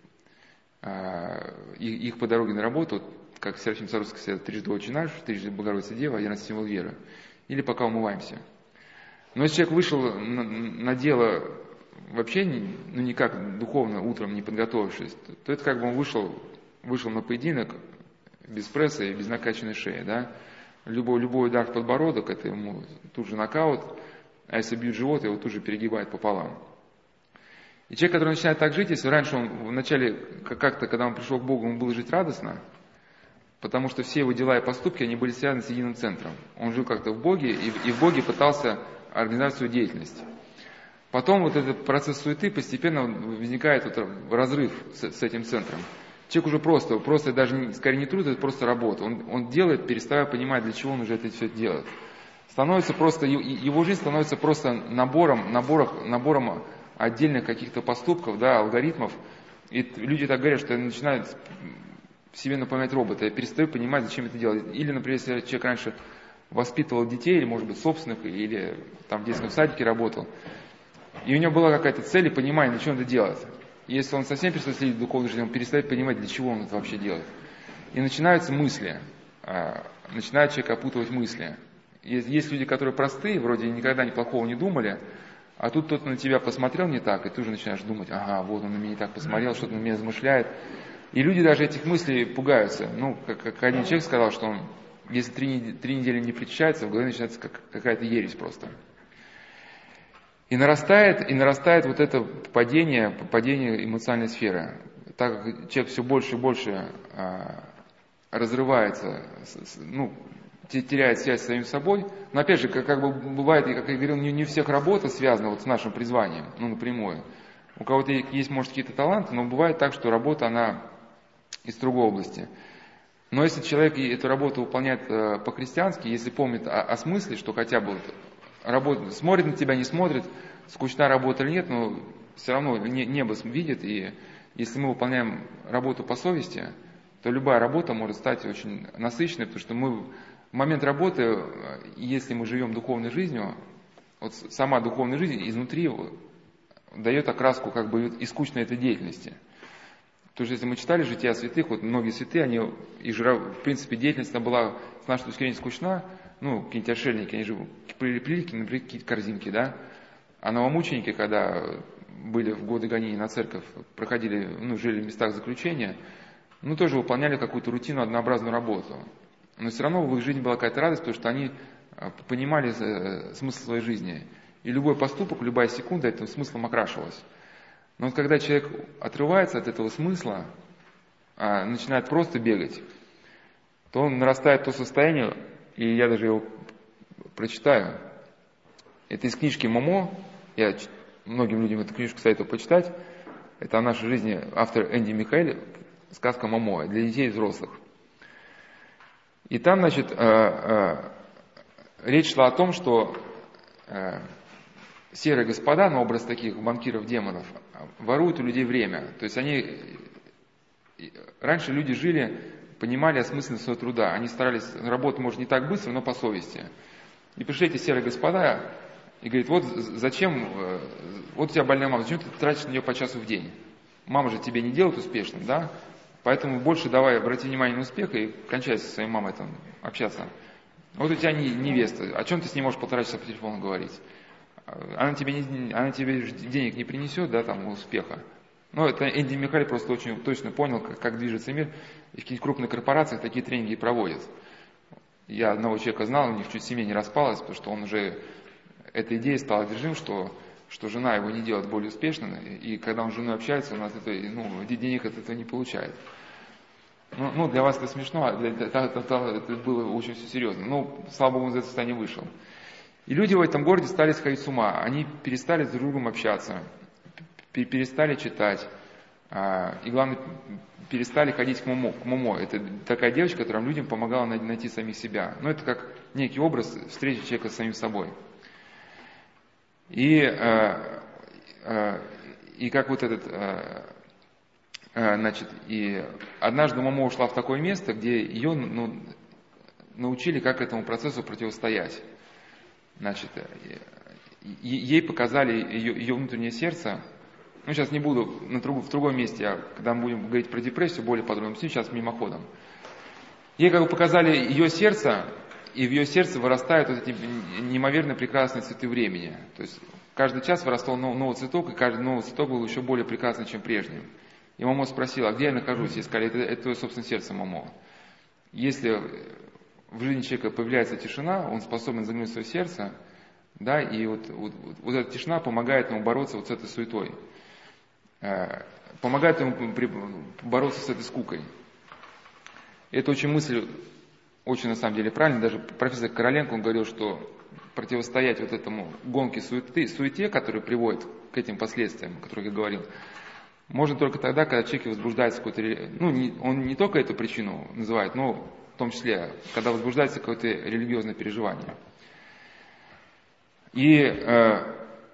их по дороге на работу, как Серафим Саровский сказал, трижды Отче наш, трижды Богородица Дева, один раз символ веры. Или пока умываемся. Но если человек вышел на, на дело вообще ну, никак духовно утром не подготовившись, то, то это как бы он вышел, вышел на поединок без пресса и без накачанной шеи. Да? Любой, любой удар в подбородок, это ему тут же нокаут, а если бьют живот, его тут же перегибает пополам. И человек, который начинает так жить, если раньше он вначале как-то, когда он пришел к Богу, ему было жить радостно, потому что все его дела и поступки, они были связаны с единым центром. Он жил как-то в Боге, и, и в Боге пытался организовать свою деятельность. Потом вот этот процесс суеты, постепенно возникает вот разрыв с, с этим центром. Человек уже просто, просто даже скорее не труд, это просто работа. Он, он делает, переставая понимать, для чего он уже это все делает. Становится просто, его жизнь становится просто набором, набором, набором отдельных каких-то поступков, да, алгоритмов. И люди так говорят, что начинают себе напоминать робота. Я перестаю понимать, зачем это делать. Или, например, если человек раньше воспитывал детей, или, может быть, собственных, или там в детском садике работал, и у него была какая-то цель и понимание, для чего он это делает. И если он совсем перестает следить духовной жизнью, он перестает понимать, для чего он это вообще делает. И начинаются мысли. Начинает человек опутывать мысли. Есть люди, которые простые, вроде никогда ни плохого не думали, а тут кто-то на тебя посмотрел не так, и ты уже начинаешь думать, ага, вот он на меня не так посмотрел, что-то на меня размышляет. И люди даже этих мыслей пугаются. Ну, как, как один человек сказал, что он если три, три недели не причащается, в голове начинается как, какая-то ересь просто. И нарастает, и нарастает вот это падение, падение эмоциональной сферы. Так как человек все больше и больше а, разрывается, с, ну, теряет связь с самим собой. Но опять же, как, как бы бывает, как я говорил, не, не у всех работа связана вот с нашим призванием, ну, напрямую. У кого-то есть, может, какие-то таланты, но бывает так, что работа, она из другой области. Но если человек эту работу выполняет э, по-христиански, если помнит о, о смысле, что хотя бы вот работа, смотрит на тебя, не смотрит, скучна работа или нет, но все равно небо видит, и если мы выполняем работу по совести, то любая работа может стать очень насыщенной, потому что мы в момент работы, если мы живем духовной жизнью, вот сама духовная жизнь изнутри дает окраску как бы и скучной этой деятельности. Потому что если мы читали жития святых, вот многие святые, они, и в принципе деятельность она была с нашей точки зрения скучна, ну, какие-нибудь отшельники, они же прилепили, например, какие-то корзинки, да, а новомученики, когда были в годы гонений на церковь, проходили, ну, жили в местах заключения, ну, тоже выполняли какую-то рутину, однообразную работу. Но все равно в их жизни была какая-то радость, потому что они понимали смысл своей жизни. И любой поступок, любая секунда этим смыслом окрашивалась. Но вот когда человек отрывается от этого смысла, а начинает просто бегать, то он нарастает то состояние, и я даже его прочитаю. Это из книжки Момо. Я многим людям эту книжку советую почитать. Это о нашей жизни, автор Энди Михаэль, сказка Момо для детей и взрослых. И там, значит, э, э, речь шла о том, что э, серые господа, на образ таких банкиров-демонов, воруют у людей время. То есть они... Раньше люди жили, понимали осмысленность своего труда. Они старались работать, может, не так быстро, но по совести. И пришли эти серые господа и говорят, вот зачем, вот у тебя больная мама, зачем ты тратишь на нее по часу в день? Мама же тебе не делает успешным, да? Поэтому больше давай обрати внимание на успех и кончай со своей мамой там общаться. Вот у тебя невеста, о чем ты с ней можешь полтора часа по телефону говорить? Она тебе, не, она тебе денег не принесет, да, там, успеха. Ну, это Энди Михаэль просто очень точно понял, как, как движется мир. И в каких-то крупных корпорациях такие тренинги и проводят. Я одного человека знал, у них чуть семья не распалась, потому что он уже этой идеей стал одержим, что, что жена его не делает более успешной, и когда он с женой общается, он от этого, ну, денег от этого не получает. Ну, ну для вас это смешно, а для, это, это, это было очень все серьезно. Ну, слава Богу, он из этого состояния вышел. И люди в этом городе стали сходить с ума, они перестали друг с другом общаться, перестали читать, и главное, перестали ходить к Момо. К Момо. Это такая девочка, которая людям помогала найти самих себя. Ну, это как некий образ встречи человека с самим собой. И, и как вот этот, значит, и однажды Момо ушла в такое место, где ее, ну, научили, как этому процессу противостоять. Значит, ей показали ее, ее внутреннее сердце. Ну, сейчас не буду на друг, в другом месте, а когда мы будем говорить про депрессию, более подробно, сейчас мимоходом. Ей как бы показали ее сердце, и в ее сердце вырастают вот эти неимоверно прекрасные цветы времени. То есть каждый час вырастал новый, новый цветок, и каждый новый цветок был еще более прекрасный, чем прежний. И Момо спросила, а где я нахожусь? Ей сказали, это, это твое собственное сердце, Момо. Если в жизни человека появляется тишина, он способен заглянуть в свое сердце, да, и вот, вот, вот эта тишина помогает ему бороться вот с этой суетой, э, помогает ему бороться с этой скукой. И это очень мысль, очень на самом деле правильная. Даже профессор Короленко, он говорил, что противостоять вот этому гонке суеты, суете, которая приводит к этим последствиям, о которых я говорил, можно только тогда, когда человек возбуждается какой-то, ну, не, он не только эту причину называет, но в том числе, когда возбуждается какое-то религиозное переживание. И, э,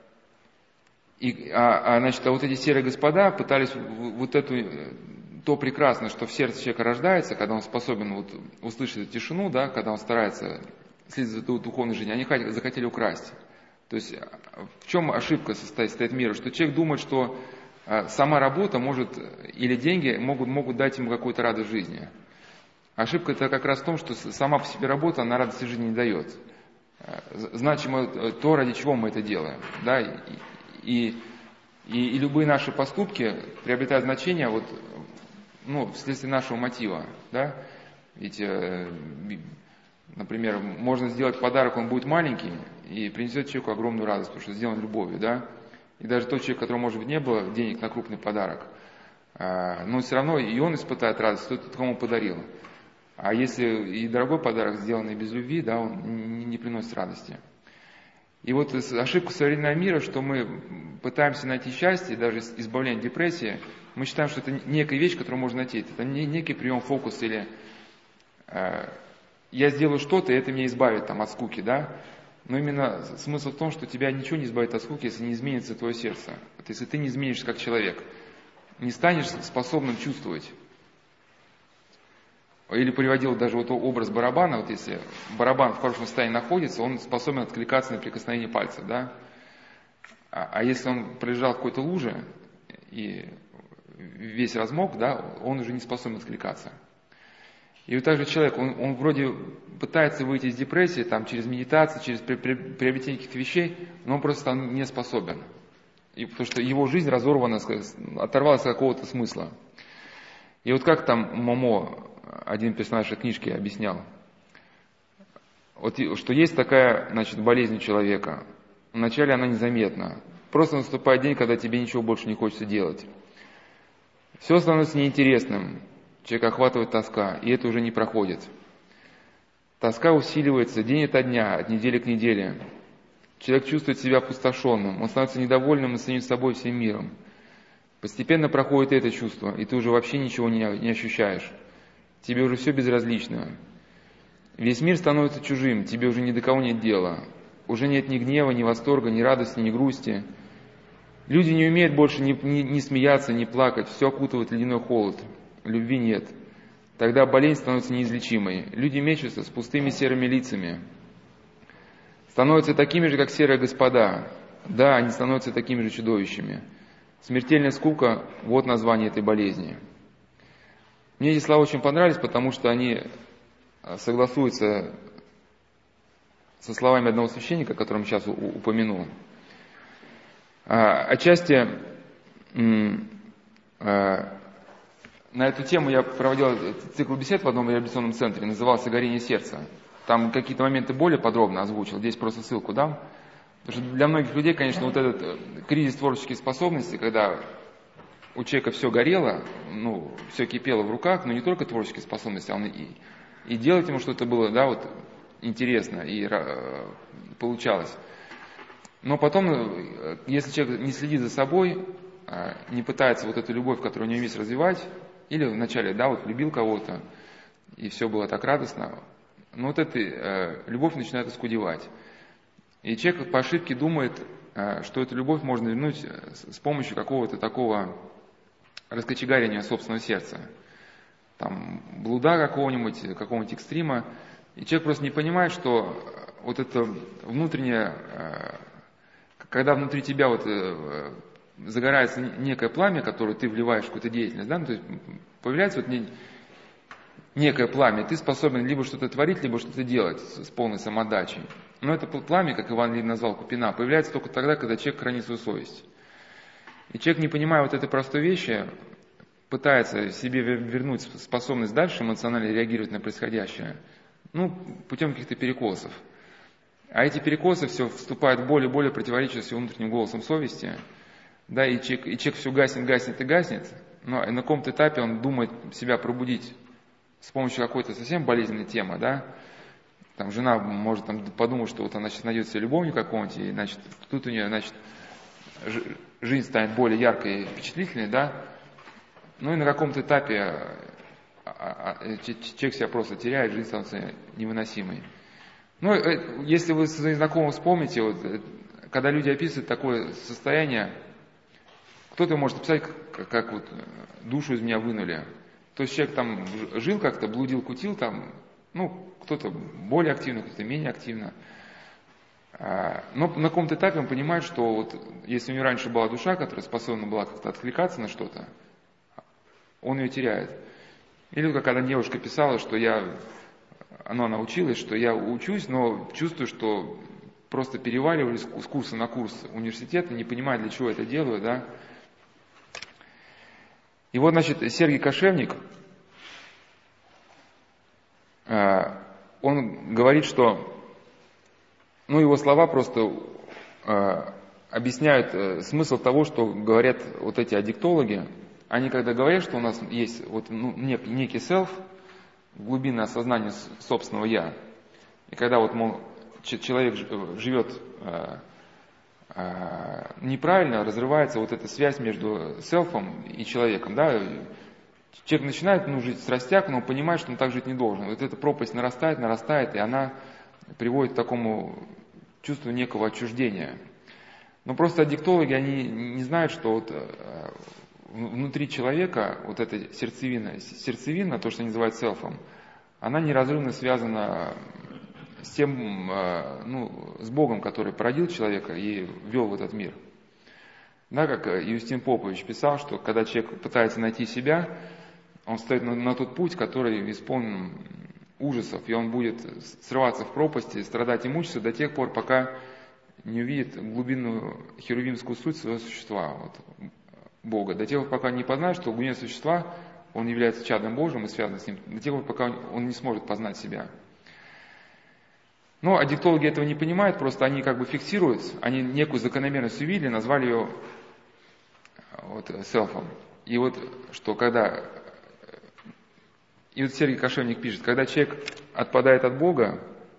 и а, а, значит, а вот эти серые господа пытались вот эту, то прекрасное, что в сердце человека рождается, когда он способен вот услышать эту тишину, да, когда он старается следовать за духовной жизнью, они захотели украсть. То есть в чем ошибка состоит, состоит мира? Что человек думает, что сама работа может, или деньги могут, могут дать ему какую-то радость в жизни. Ошибка это как раз в том, что сама по себе работа, она радости жизни не дает. Значимо то, ради чего мы это делаем. Да? И, и, и любые наши поступки приобретают значение вот, ну, вследствие нашего мотива. Да? Ведь э, Например, можно сделать подарок, он будет маленький, и принесет человеку огромную радость, потому что сделан любовью, да. И даже тот человек, у которого, может быть, не было денег на крупный подарок, но все равно и он испытает радость, тот, кому подарил. А если и дорогой подарок, сделанный без любви, да, он не приносит радости. И вот ошибка современного мира, что мы пытаемся найти счастье, даже избавление от депрессии, мы считаем, что это некая вещь, которую можно найти. Это не некий прием фокус или э, я сделаю что-то, и это меня избавит там, от скуки, да. Но именно смысл в том, что тебя ничего не избавит от скуки, если не изменится твое сердце. Вот если ты не изменишься как человек, не станешь способным чувствовать. Или приводил даже вот образ барабана, вот если барабан в хорошем состоянии находится, он способен откликаться на прикосновение пальцев, да. А, а если он пролежал в какой-то луже и весь размок, да, он уже не способен откликаться. И вот так же человек, он, он вроде пытается выйти из депрессии там, через медитацию, через при, при, приобретение каких-то вещей, но он просто стал не способен. И потому что его жизнь разорвана, оторвалась от какого-то смысла. И вот как там Момо, один персонаж книжки, объяснял, вот, что есть такая, значит, болезнь у человека. Вначале она незаметна. Просто наступает день, когда тебе ничего больше не хочется делать. Все становится неинтересным. Человека охватывает тоска, и это уже не проходит. Тоска усиливается день ото дня, от недели к неделе. Человек чувствует себя опустошенным, он становится недовольным самим собой, всем миром. Постепенно проходит это чувство, и ты уже вообще ничего не, не ощущаешь. Тебе уже все безразлично. Весь мир становится чужим, тебе уже ни до кого нет дела. Уже нет ни гнева, ни восторга, ни радости, ни грусти. Люди не умеют больше ни, ни, ни смеяться, ни плакать, все окутывает ледяной холод. Любви нет. Тогда болезнь становится неизлечимой. Люди мечутся с пустыми серыми лицами. Становятся такими же, как серые господа. Да, они становятся такими же чудовищами. Смертельная скука – вот название этой болезни. Мне эти слова очень понравились, потому что они согласуются со словами одного священника, о котором сейчас упомяну. Отчасти на эту тему я проводил цикл бесед в одном реабилитационном центре, назывался «Горение сердца». Там какие-то моменты более подробно озвучил, здесь просто ссылку дам. Потому что для многих людей, конечно, вот этот кризис творческих способностей, когда у человека все горело, ну, все кипело в руках, но не только творческие способности, а он и, и делать ему что-то было, да, вот, интересно, и э, получалось. Но потом, если человек не следит за собой, э, не пытается вот эту любовь, которую у него есть, развивать, или вначале, да, вот любил кого-то, и все было так радостно, но вот эта э, любовь начинает оскудевать. И человек по ошибке думает, э, что эту любовь можно вернуть с, с помощью какого-то такого раскочегаривания собственного сердца. Там, блуда какого-нибудь, какого-нибудь экстрима. И человек просто не понимает, что вот это внутреннее, э, когда внутри тебя вот э, загорается некое пламя, которое ты вливаешь в какую-то деятельность, да, ну, то есть появляется вот не, некое пламя, ты способен либо что-то творить, либо что-то делать с, с полной самоотдачей. Но это пламя, как Иван Ильин назвал Купина, появляется только тогда, когда человек хранит свою совесть. И человек, не понимая вот этой простой вещи, пытается себе вернуть способность дальше эмоционально реагировать на происходящее, ну, путем каких-то перекосов. А эти перекосы все вступают в более и более противоречие с его внутренним голосом совести, да, и человек, и человек все гаснет, гаснет и гаснет, но на каком-то этапе он думает себя пробудить с помощью какой-то совсем болезненной темы, да. Там жена может там, подумать, что вот она сейчас найдет себе любовника какого-нибудь, и, значит, тут у нее, значит, жизнь станет более яркой и впечатлительной, да. Ну и на каком-то этапе человек себя просто теряет, жизнь становится невыносимой. Ну, если вы своим знакомым вспомните, вот, когда люди описывают такое состояние, кто-то может описать, как, как вот душу из меня вынули. То есть человек там жил как-то, блудил, кутил там, ну, кто-то более активно, кто-то менее активно. Но на каком-то этапе он понимает, что вот если у него раньше была душа, которая способна была как-то откликаться на что-то, он ее теряет. Или как когда девушка писала, что я, она научилась, что я учусь, но чувствую, что просто переваливаюсь с курса на курс университета, не понимаю, для чего я это делаю, да. И вот, значит, Сергий Кошевник, он говорит, что, ну, его слова просто э, объясняют э, смысл того, что говорят вот эти аддиктологи. Они когда говорят, что у нас есть вот, ну, нек, некий селф, глубинное осознание собственного «я», и когда вот, мол, человек живет э, э, неправильно, разрывается вот эта связь между селфом и человеком, да, человек начинает, ну, жить в страстях, но он понимает, что он так жить не должен. Вот эта пропасть нарастает, нарастает, и она приводит к такому чувству некого отчуждения. Но просто аддиктологи, они не знают, что вот внутри человека вот эта сердцевина, сердцевина, то, что они называют селфом, она неразрывно связана с тем, ну, с Богом, который породил человека и ввел в этот мир. Да, как Юстин Попович писал, что когда человек пытается найти себя, он стоит на, на тот путь, который исполнен ужасов, и он будет срываться в пропасти, страдать и мучиться до тех пор, пока не увидит глубинную херувимскую суть своего существа, вот, Бога. До тех пор, пока не познает, что глубинное существа, он является чадом Божьим и связан с ним, до тех пор, пока он не сможет познать себя. Но аддиктологи этого не понимают, просто они как бы фиксируют, они некую закономерность увидели, назвали ее вот селфом. И вот что когда... И вот Сергий Кошельник пишет, когда человек отпадает от Бога,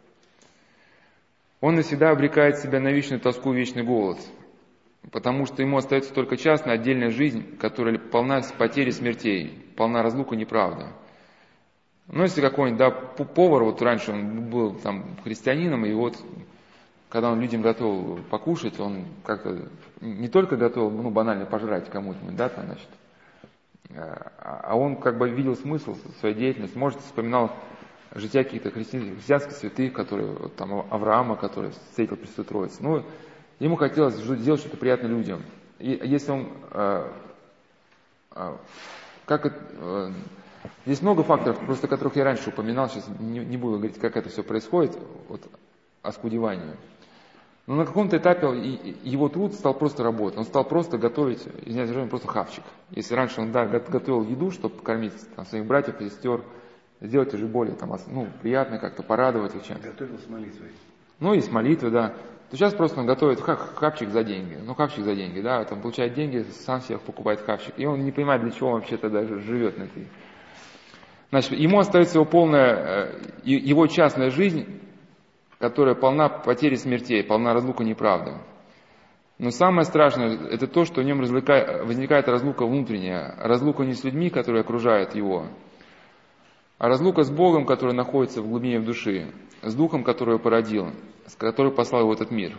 он навсегда обрекает себя на вечную тоску, вечный голод, потому что ему остается только частная отдельная жизнь, которая полна потери, смертей, полна разлука, неправда. Ну, если какой-нибудь, да, повар, вот раньше он был там христианином, и вот, когда он людям готовил покушать, он как-то не только готовил, ну, банально пожрать кому-нибудь, да, там, значит, а он как бы видел смысл своей деятельности, может, вспоминал жития каких-то христианских святых, которые, вот, там, Авраама, который встретил Пресвятую Троицу. Ну, ему хотелось сделать что-то приятное людям. И если он, э, э, как это, э, здесь много факторов, просто которых я раньше упоминал, сейчас не, не буду говорить, как это все происходит, вот, оскудевание. Но на каком-то этапе его труд стал просто работой. Он стал просто готовить, извиняюсь, просто хавчик. Если раньше он, да, готовил еду, чтобы покормить там, своих братьев и сестер, сделать уже более там, ну, приятно, как-то порадовать их чем-то. Готовил с молитвой. Ну и с молитвой, да. То сейчас просто он готовит хавчик за деньги. Ну, хавчик за деньги, да. Там получает деньги, сам себе покупает хавчик. И он не понимает, для чего он вообще-то даже живет на этой. Значит, ему остается его полная, его частная жизнь, которая полна потери, смертей, полна разлука, неправды. Но самое страшное – это то, что в нем возникает разлука внутренняя, разлука не с людьми, которые окружают его, а разлука с Богом, который находится в глубине в души, с Духом, который его породил, с который послал его в этот мир.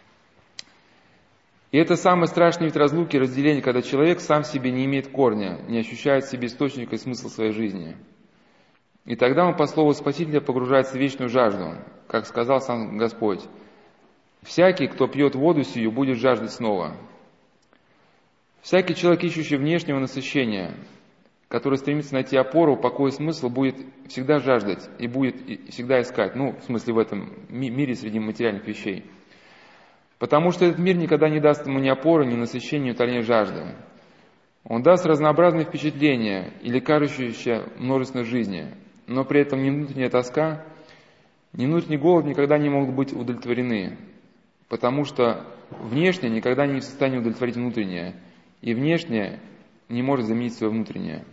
И это самый страшный вид разлуки и разделения, когда человек сам в себе не имеет корня, не ощущает в себе источника и смысла своей жизни. И тогда он, по слову Спасителя, погружается в вечную жажду, как сказал сам Господь. «Всякий, кто пьет воду сию, будет жаждать снова». Всякий человек, ищущий внешнего насыщения, который стремится найти опору, покой и смысл, будет всегда жаждать и будет всегда искать, ну, в смысле в этом мире среди материальных вещей. Потому что этот мир никогда не даст ему ни опоры, ни насыщения, ни утоления жажды. Он даст разнообразные впечатления или кажущуюся множественность жизни, но при этом ни внутренняя тоска, ни внутренний голод никогда не могут быть удовлетворены, потому что внешнее никогда не в состоянии удовлетворить внутреннее, и внешнее не может заменить свое внутреннее.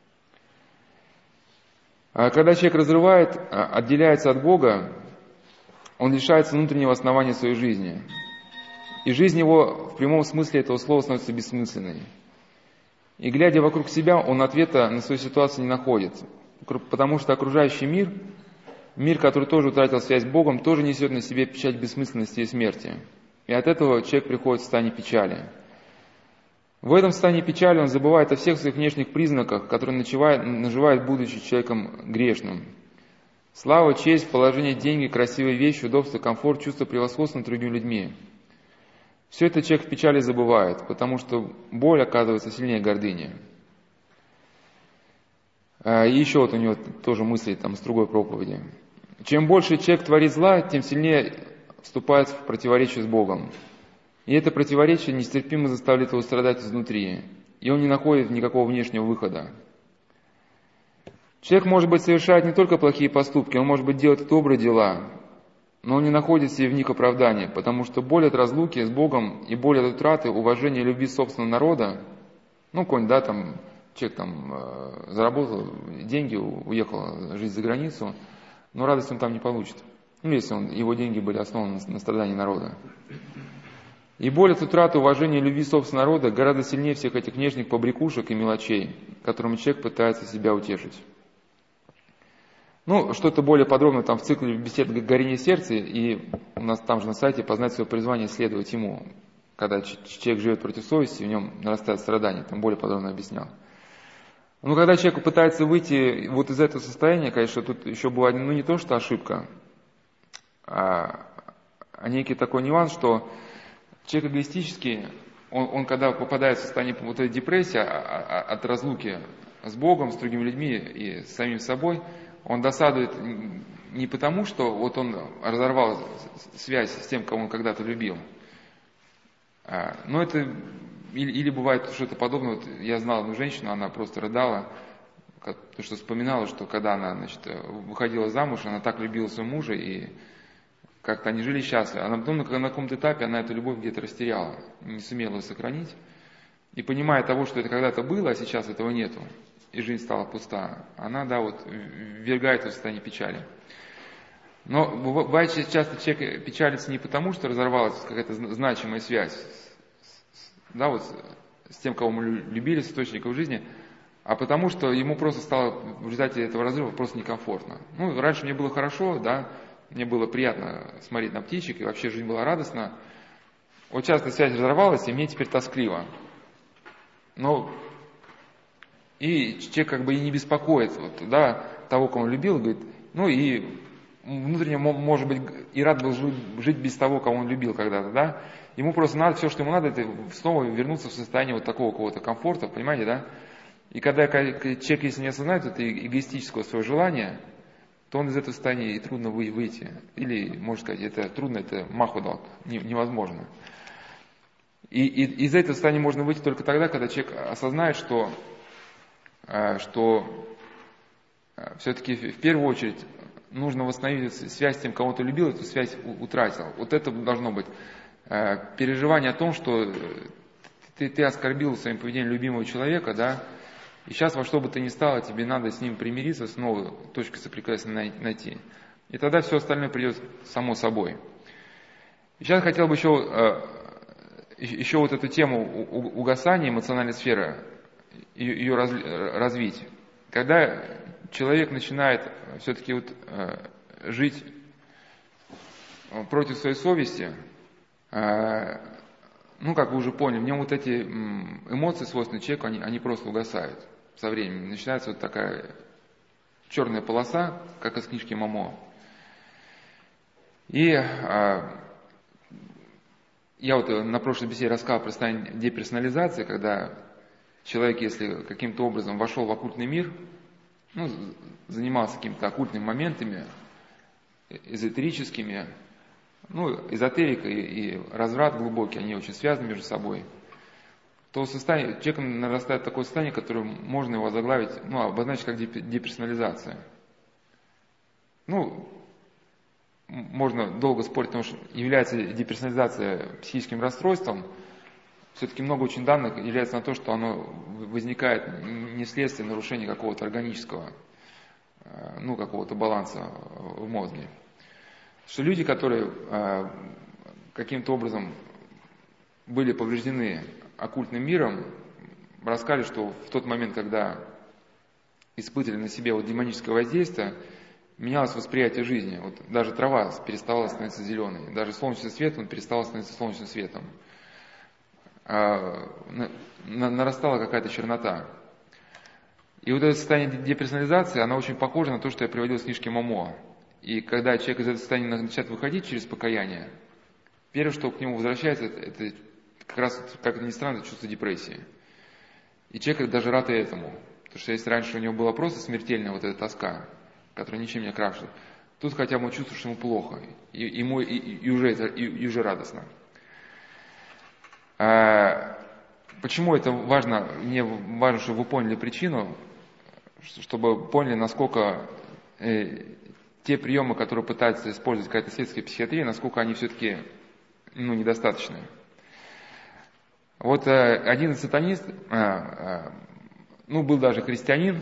А когда человек разрывает, отделяется от Бога, он лишается внутреннего основания своей жизни. И жизнь его в прямом смысле этого слова становится бессмысленной. И глядя вокруг себя, он ответа на свою ситуацию не находит, потому что окружающий мир, мир, который тоже утратил связь с Богом, тоже несет на себе печать бессмысленности и смерти. И от этого человек приходит в состояние печали. В этом состоянии печали он забывает о всех своих внешних признаках, которые наживает, будучи человеком грешным. Слава, честь, положение, деньги, красивые вещи, удобство, комфорт, чувство превосходства над другими людьми. Все это человек в печали забывает, потому что боль оказывается сильнее гордыни. И еще вот у него тоже мысли там с другой проповеди. Чем больше человек творит зла, тем сильнее вступает в противоречие с Богом. И это противоречие нестерпимо заставляет его страдать изнутри, и он не находит никакого внешнего выхода. Человек, может быть, совершает не только плохие поступки, он, может быть, делает добрые дела, но он не находит себе в них оправдания, потому что боль от разлуки с Богом и боль от утраты уважения и любви собственного народа, ну, какой-нибудь, да, там, человек там э, заработал деньги, уехал жить за границу, но радость он там не получит. Ну, если он, его деньги были основаны на, на страдании народа. И боль от утраты уважения и любви собственного народа гораздо сильнее всех этих внешних побрякушек и мелочей, которыми человек пытается себя утешить. Ну, что-то более подробно там в цикле бесед «Горение сердца», и у нас там же на сайте «Познать свое призвание, следовать ему», когда человек живет против совести, в нем нарастает страдание, там более подробно объяснял. Но когда человек пытается выйти вот из этого состояния, конечно, тут еще была, ну, не то, что ошибка, а, а некий такой нюанс, что человек эгоистический, он, он когда попадает в состояние вот этой депрессии от разлуки с Богом, с другими людьми и с самим собой, он досадует не потому, что вот он разорвал связь с тем, кого он когда-то любил. Но это или, или бывает что-то подобное. Вот я знал одну женщину, она просто рыдала, потому что вспоминала, что когда она, значит, выходила замуж, она так любила своего мужа, и как-то они жили счастливо. А потом на каком-то этапе она эту любовь где-то растеряла, не сумела ее сохранить. И понимая того, что это когда-то было, а сейчас этого нету, и жизнь стала пуста, она, да, вот, ввергает в состояние печали. Но бывает, часто человек печалится не потому, что разорвалась какая-то значимая связь, да, вот, с тем, кого мы любили, с источником жизни, а потому что ему просто стало в результате этого разрыва просто некомфортно. Ну, раньше мне было хорошо, да, мне было приятно смотреть на птичек, и вообще жизнь была радостна. Вот часто связь разорвалась, и мне теперь тоскливо. Но и человек как бы и не беспокоит вот, да, того, кого он любил, говорит, ну и внутренне, может быть, и рад был жить без того, кого он любил когда-то, да. Ему просто надо, все, что ему надо, это снова вернуться в состояние вот такого какого-то комфорта, понимаете, да. И когда человек, если не осознает это эгоистического своего желания, то он из этого состояния и трудно выйти. Или, можно сказать, это трудно, это маху дал, невозможно. И, и из этого состояния можно выйти только тогда, когда человек осознает, что, что все-таки в первую очередь нужно восстановить связь с тем, кого ты любил, эту связь утратил. Вот это должно быть переживание о том, что ты, ты оскорбил своим поведением любимого человека, да, и сейчас во что бы то ни стало, тебе надо с ним примириться, снова точку соприкосновения найти. И тогда все остальное придет само собой. И сейчас хотел бы еще, еще вот эту тему угасания эмоциональной сферы, ее развить. Когда человек начинает все-таки вот жить против своей совести, ну, как вы уже поняли, в нем вот эти эмоции, свойственные человеку, они, они просто угасают со временем. Начинается вот такая черная полоса, как из книжки Момо. И а, я вот на прошлой беседе рассказал про состояние деперсонализации, когда человек, если каким-то образом вошел в оккультный мир, ну, занимался какими-то оккультными моментами, эзотерическими, ну, эзотерика и, и разврат глубокий, они очень связаны между собой, то состояние, человек нарастает такое состояние, которое можно его озаглавить, ну, обозначить как деперсонализация. Ну, можно долго спорить, потому что является деперсонализация психическим расстройством. Все-таки много очень данных является на то, что оно возникает не вследствие нарушения какого-то органического, ну, какого-то баланса в мозге. Что люди, которые э, каким-то образом были повреждены оккультным миром, рассказали, что в тот момент, когда испытывали на себе вот демоническое воздействие, менялось восприятие жизни. Вот даже трава перестала становиться зеленой, даже солнечный свет он перестал становиться солнечным светом. А, на, на, нарастала какая-то чернота. И вот это состояние деперсонализации, оно очень похоже на то, что я приводил с книжки Момо. И когда человек из этого состояния начинает выходить через покаяние, первое, что к нему возвращается, это, это как раз, как ни странно, это чувство депрессии. И человек даже рад и этому. Потому что если раньше у него была просто смертельная вот эта тоска, которая ничем не окрашивает, тут хотя бы он чувствует, что ему плохо, и, ему и, и, уже, и, и уже радостно. А почему это важно? Мне важно, чтобы вы поняли причину, чтобы поняли, насколько э, те приемы, которые пытается использовать какая-то светская психиатрия, насколько они все-таки ну, недостаточны. Вот э, один сатанист, э, э, ну, был даже христианин,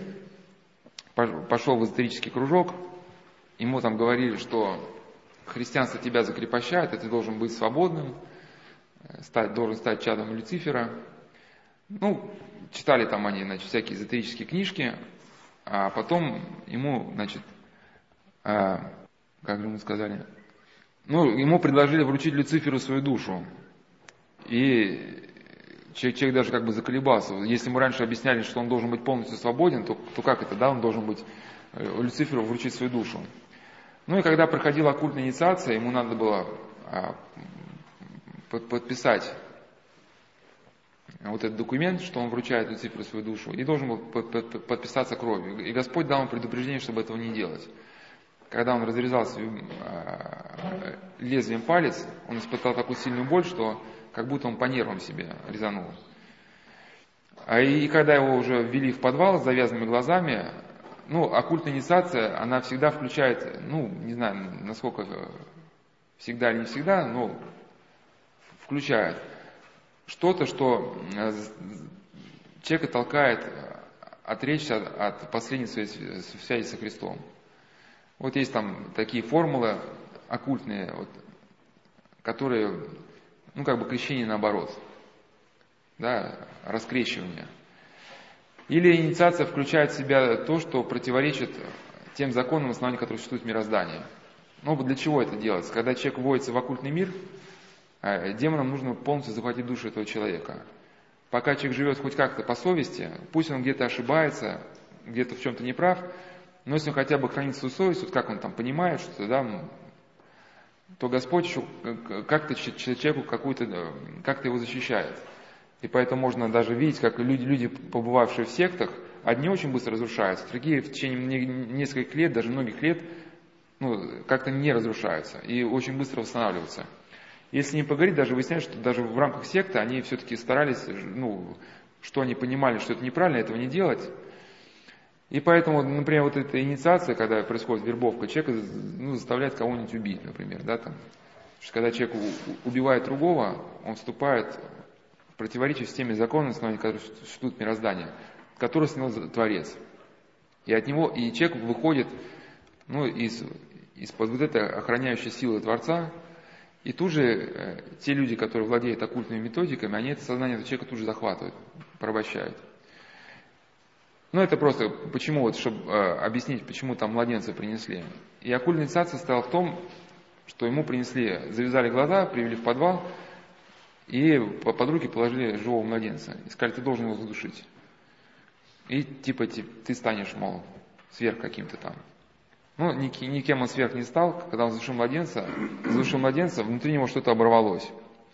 пошел в эзотерический кружок, ему там говорили, что христианство тебя закрепощает, и ты должен быть свободным, стать, должен стать чадом Люцифера. Ну, читали там они, значит, всякие эзотерические книжки, а потом ему, значит, а, как же ему сказали, ну, ему предложили вручить Люциферу свою душу. И человек, человек даже как бы заколебался. Если мы раньше объясняли, что он должен быть полностью свободен, то, то как это, да, он должен быть Люциферу вручить свою душу. Ну и когда проходила оккультная инициация, ему надо было а, под, подписать вот этот документ, что он вручает Люциферу свою душу, и должен был под, под, подписаться кровью. И Господь дал ему предупреждение, чтобы этого не делать. Когда он разрезал своим а, лезвием палец, он испытал такую сильную боль, что как будто он по нервам себе резанул. А и когда его уже ввели в подвал с завязанными глазами, ну, оккультная инициация, она всегда включает, ну, не знаю, насколько всегда или не всегда, но включает что-то, что человека толкает отречься от, от последней своей связи со Христом. Вот есть там такие формулы оккультные, вот, которые, ну, как бы крещение наоборот, да, раскрещивание. Или инициация включает в себя то, что противоречит тем законам, на основании которых существует мироздание. Ну, для чего это делается? Когда человек вводится в оккультный мир, демонам нужно полностью захватить душу этого человека. Пока человек живет хоть как-то по совести, пусть он где-то ошибается, где-то в чем-то неправ, но если он хотя бы хранит свою совесть, вот как он там понимает, что да, то Господь еще как-то человеку какую-то, как-то его защищает. И поэтому можно даже видеть, как люди, люди, побывавшие в сектах, одни очень быстро разрушаются, другие в течение нескольких лет, даже многих лет, ну, как-то не разрушаются и очень быстро восстанавливаются. Если не поговорить, даже выясняется, что даже в рамках секты они все-таки старались, ну, что они понимали, что это неправильно, этого не делать. И поэтому, например, вот эта инициация, когда происходит вербовка, человека, ну, заставляет кого-нибудь убить, например, да, там. Что когда человек убивает другого, он вступает в противоречие с теми законами, на основании которых существует мироздание, которое установил Творец. И от него, и человек выходит, ну, из, из-под вот этой охраняющей силы Творца, и тут же э, те люди, которые владеют оккультными методиками, они это сознание этого человека тут же захватывают, порабощают. Ну, это просто, почему, вот, чтобы э, объяснить, почему там младенца принесли. И оккультная инициация состояла в том, что ему принесли, завязали глаза, привели в подвал, и под руки положили живого младенца. И сказали, ты должен его задушить. И типа ты станешь, мол, сверх каким-то там. Ну, никем он сверх не стал. Когда он задушил младенца, задушил младенца, внутри него что-то оборвалось.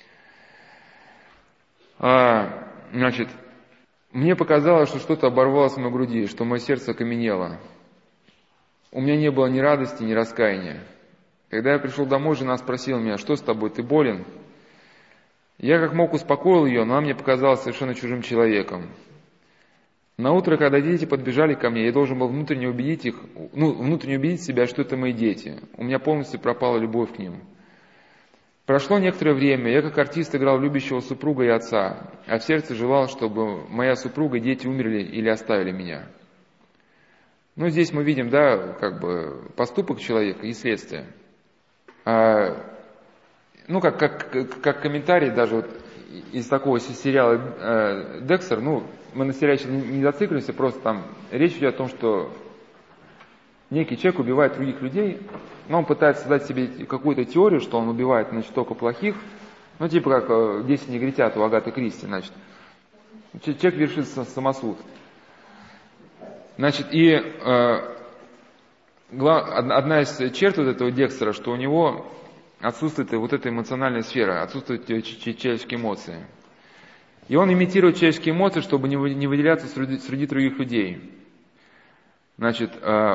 А, значит, мне показалось, что что-то оборвалось в моей груди, что мое сердце окаменело. У меня не было ни радости, ни раскаяния. Когда я пришел домой, жена спросила меня, что с тобой, ты болен? Я как мог успокоил ее, но она мне показалась совершенно чужим человеком. На утро, когда дети подбежали ко мне, я должен был внутренне убедить их, ну, внутренне убедить себя, что это мои дети. У меня полностью пропала любовь к ним. Прошло некоторое время, я как артист играл любящего супруга и отца, а в сердце желал, чтобы моя супруга и дети умерли или оставили меня. Ну, здесь мы видим, да, как бы поступок человека и следствие. А, ну, как, как, как комментарий даже вот из такого сериала э, «Декстер», ну, мы на сериале не зацикливаемся, просто там речь идет о том, что некий человек убивает других людей, но он пытается создать себе какую-то теорию, что он убивает, значит, только плохих, ну, типа как «Десять негритят» у Агаты Кристи, значит. Человек вершит самосуд. Значит, и э, глав, одна из черт вот этого Декстера, что у него отсутствует вот эта эмоциональная сфера, отсутствуют человеческие эмоции. И он имитирует человеческие эмоции, чтобы не выделяться среди, среди других людей. Значит,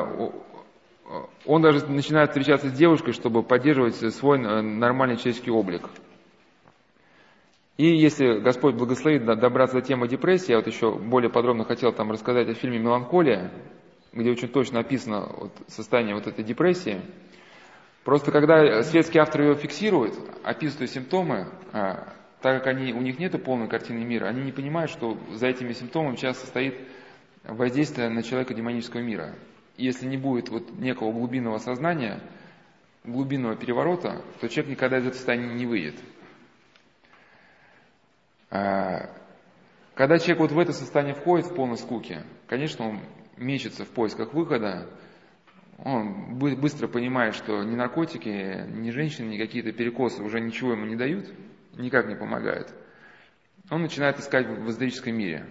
он даже начинает встречаться с девушкой, чтобы поддерживать свой нормальный человеческий облик. И если Господь благословит добраться до темы депрессии, я вот еще более подробно хотел там рассказать о фильме «Меланхолия». где очень точно описано вот состояние вот этой депрессии. Просто когда светские авторы ее фиксируют, описывают симптомы, так как они, у них нет полной картины мира, они не понимают, что за этими симптомами часто стоит воздействие на человека демонического мира. И если не будет вот некого глубинного сознания, глубинного переворота, то человек никогда из этого состояния не выйдет. Когда человек вот в это состояние входит в полной скуке, конечно, он мечется в поисках выхода, он быстро понимает, что ни наркотики, ни женщины, ни какие-то перекосы уже ничего ему не дают, никак не помогают. Он начинает искать в эзотерическом мире.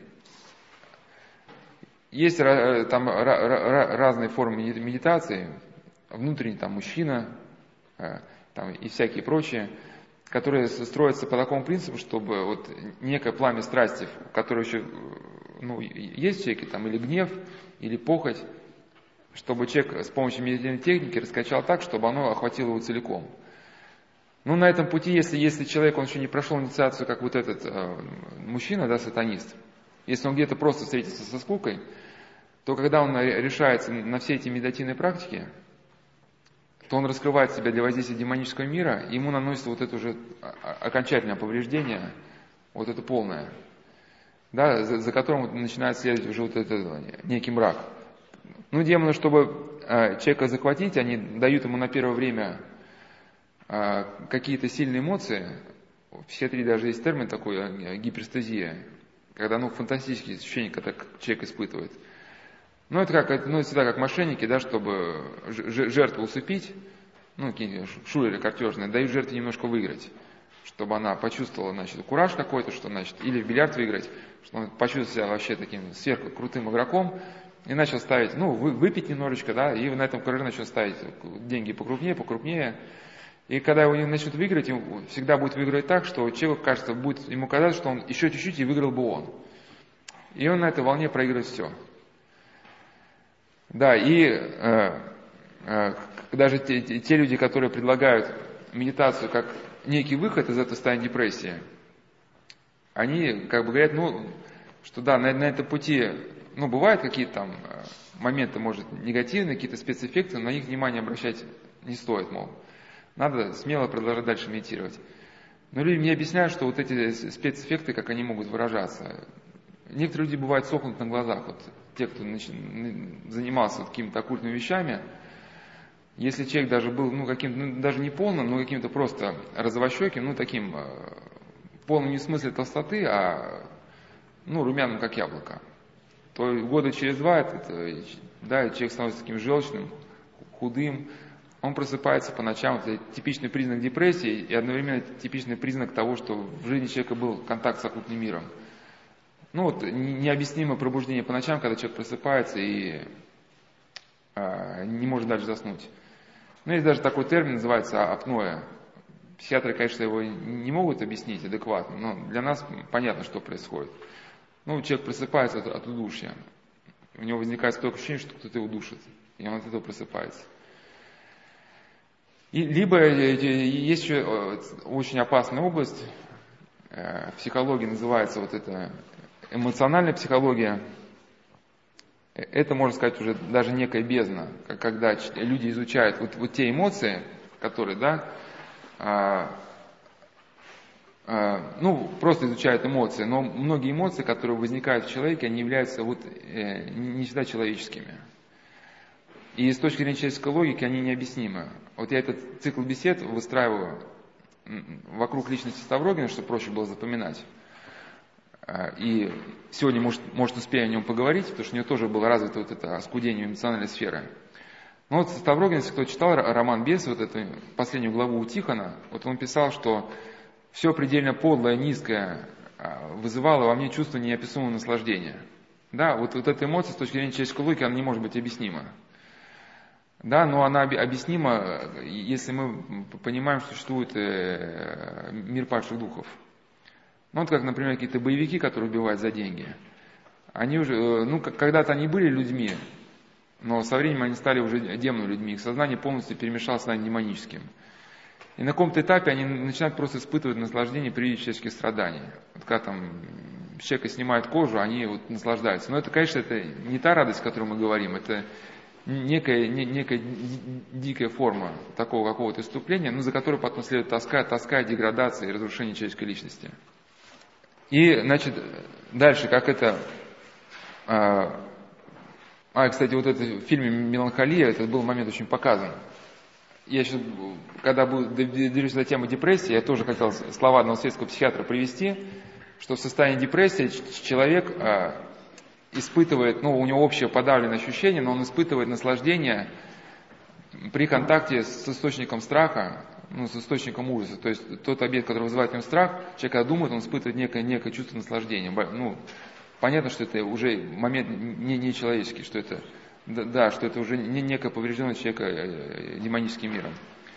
Есть там разные формы медитации, внутренний там мужчина там, и всякие прочие, которые строятся по такому принципу, чтобы вот некое пламя страсти, которое еще ну, есть в человеке, там, или гнев, или похоть, чтобы человек с помощью медитативной техники раскачал так, чтобы оно охватило его целиком. Ну, на этом пути, если, если человек, он еще не прошел инициацию, как вот этот э, мужчина, да, сатанист, если он где-то просто встретится со скукой, то когда он решается на все эти медитативные практики, то он раскрывает себя для воздействия демонического мира, и ему наносится вот это уже окончательное повреждение, вот это полное, да, за, за которым начинает следовать уже вот этот некий мрак. Ну, демоны, чтобы э, человека захватить, они дают ему на первое время э, какие-то сильные эмоции. Все три даже есть термин такой, э, гиперстезия, когда, ну, фантастические ощущения, когда человек испытывает. Ну, это как, ну, всегда как мошенники, да, чтобы жертву усыпить, ну, какие-нибудь шулеры картежные, дают жертве немножко выиграть, чтобы она почувствовала, значит, кураж какой-то, что, значит, или в бильярд выиграть, чтобы она почувствовала себя вообще таким сверхкрутым игроком, и начал ставить, ну, вы, выпить немножечко, да, и на этом кураже начал ставить деньги покрупнее, покрупнее. И когда его начнут выиграть, ему всегда будет выиграть так, что человеку кажется, будет ему казаться, что он еще чуть-чуть и выиграл бы он. И он на этой волне проигрывает все. Да, и э, э, даже те, те люди, которые предлагают медитацию как некий выход из этого состояния депрессии, они как бы говорят, ну, что да, на, на этом пути, ну, бывают какие-то там моменты, может, негативные, какие-то спецэффекты, но на них внимание обращать не стоит, мол. Надо смело продолжать дальше медитировать. Но люди мне объясняют, что вот эти спецэффекты, как они могут выражаться. Некоторые люди бывают сохнут на глазах. Вот те, кто занимался вот какими-то оккультными вещами, если человек даже был, ну, каким-то, ну, даже не полным, но каким-то просто розовощеким, ну, таким, э, полным не в смысле толстоты, а, ну, румяным, как яблоко, то года через два, это, да, человек становится таким желчным, худым, он просыпается по ночам, это типичный признак депрессии и одновременно типичный признак того, что в жизни человека был контакт с оккультным миром. Ну вот необъяснимое пробуждение по ночам, когда человек просыпается и а, не может дальше заснуть. Ну, есть даже такой термин, называется апноэ. Психиатры, конечно, его не могут объяснить адекватно, но для нас понятно, что происходит. Ну, человек просыпается от, от удушья. У него возникает столько ощущение, что кто-то его душит, и он от этого просыпается. И, либо есть еще очень опасная область, в психологии называется вот это эмоциональная психология. Это, можно сказать, уже даже некая бездна, когда люди изучают вот, вот те эмоции, которые, да, а, а, ну, просто изучают эмоции, но многие эмоции, которые возникают в человеке, они являются вот, э, не всегда человеческими. И с точки зрения человеческой логики они необъяснимы. Вот я этот цикл бесед выстраиваю вокруг личности Ставрогина, чтобы проще было запоминать. И сегодня, может, может успею о нем поговорить, потому что у него тоже было развито вот это оскудение эмоциональной сферы. Но вот Ставрогин, если кто читал роман «Бес», вот эту последнюю главу у Тихона, вот он писал, что все предельно подлое, низкое вызывало во мне чувство неописуемого наслаждения. Да, вот, вот эта эмоция с точки зрения человеческой логики, она не может быть объяснима. Да, но она объяснима, если мы понимаем, что существует мир падших духов. Ну, вот как, например, какие-то боевики, которые убивают за деньги. Они уже, ну, когда-то они были людьми, но со временем они стали уже демонными людьми. Их сознание полностью перемешалось с сознание демоническим. И на каком-то этапе они начинают просто испытывать наслаждение при виде человеческих страданий. Вот когда там с человека снимают кожу, они вот наслаждаются. Но это, конечно, это не та радость, о которой мы говорим, это некая, не, некая дикая форма такого какого-то иступления, но за которой потом следует тоска, тоска, деградация и разрушение человеческой личности. И, значит, дальше, как это... А, а кстати, вот это в фильме «Меланхолия», этот был момент очень показан. Я сейчас, когда буду делюсь на тему депрессии, я тоже хотел слова одного светского психиатра привести, что в состоянии депрессии человек а, испытывает, ну, у него общее подавленное ощущение, но он испытывает наслаждение при контакте с источником страха, ну, с источником ужаса. То есть тот объект, который вызывает в нем страх, человек, когда думает, он испытывает некое, некое чувство наслаждения. Ну, понятно, что это уже момент не, не человеческий, что это, да, да, что это уже не некое поврежденное человека демоническим миром.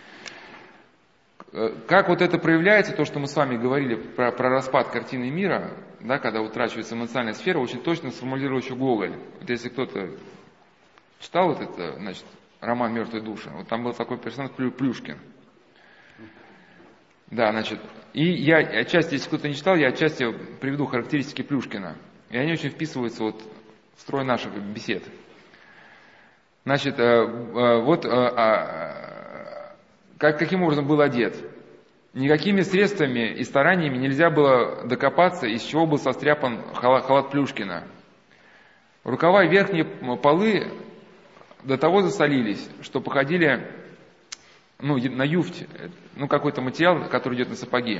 Как вот это проявляется, то, что мы с вами говорили про, про распад картины мира, да, когда утрачивается эмоциональная сфера, очень точно сформулировал еще Гоголь. Вот если кто-то читал вот это, значит, роман «Мертвые души», вот там был такой персонаж Плюшкин. Да, значит, и я отчасти, если кто-то не читал, я отчасти приведу характеристики Плюшкина. И они очень вписываются вот в строй наших бесед. Значит, вот как, каким образом был одет. Никакими средствами и стараниями нельзя было докопаться, из чего был состряпан халат, халат Плюшкина. Рукава и верхние полы до того засолились, что походили, ну, на юфть, ну, какой-то материал, который идет на сапоги.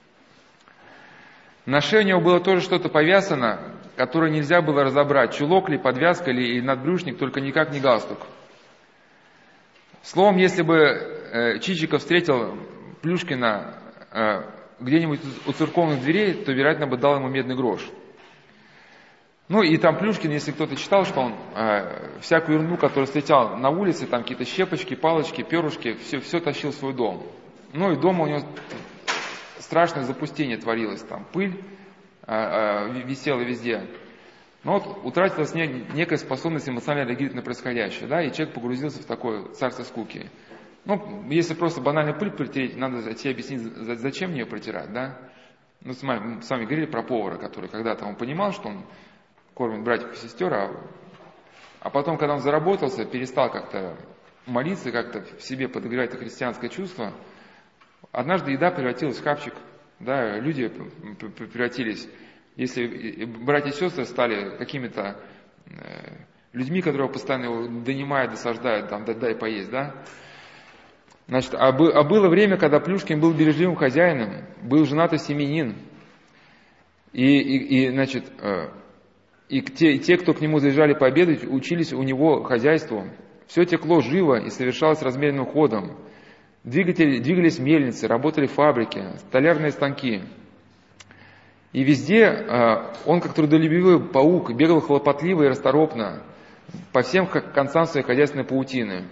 На шее у него было тоже что-то повязано, которое нельзя было разобрать, чулок ли, подвязка ли, или надбрюшник, только никак не галстук. Словом, если бы э, Чичиков встретил Плюшкина э, где-нибудь у церковных дверей, то, вероятно, бы дал ему медный грош. Ну и там Плюшкин, если кто-то читал, что он э, всякую ерунду, которую встречал на улице, там какие-то щепочки, палочки, перышки, все, все тащил в свой дом. Ну и дома у него страшное запустение творилось, там пыль э, э, висела везде. Но вот утратилась некая способность эмоционально реагировать на происходящее, да, и человек погрузился в такое царство скуки. Ну, если просто банально пыль протереть, надо тебе объяснить, зачем мне ее протирать, да. Ну, с вами, мы с вами говорили про повара, который когда-то он понимал, что он кормит братьев и сестер, а, а потом, когда он заработался, перестал как-то молиться, как-то в себе подогревать это христианское чувство, однажды еда превратилась в хапчик, да, люди превратились... Если братья и сестры стали какими-то э, людьми, которые постоянно его донимают, досаждают, там, дай, дай поесть, да. Значит, а, бы, а было время, когда Плюшкин был бережливым хозяином, был женатый семьянин. И, и, и значит, э, и те, те, кто к нему заезжали пообедать, учились у него хозяйству. Все текло живо и совершалось размеренным ходом. Двигатели, двигались мельницы, работали фабрики, столярные станки. И везде э, он, как трудолюбивый паук, бегал хлопотливо и расторопно по всем концам своей хозяйственной паутины.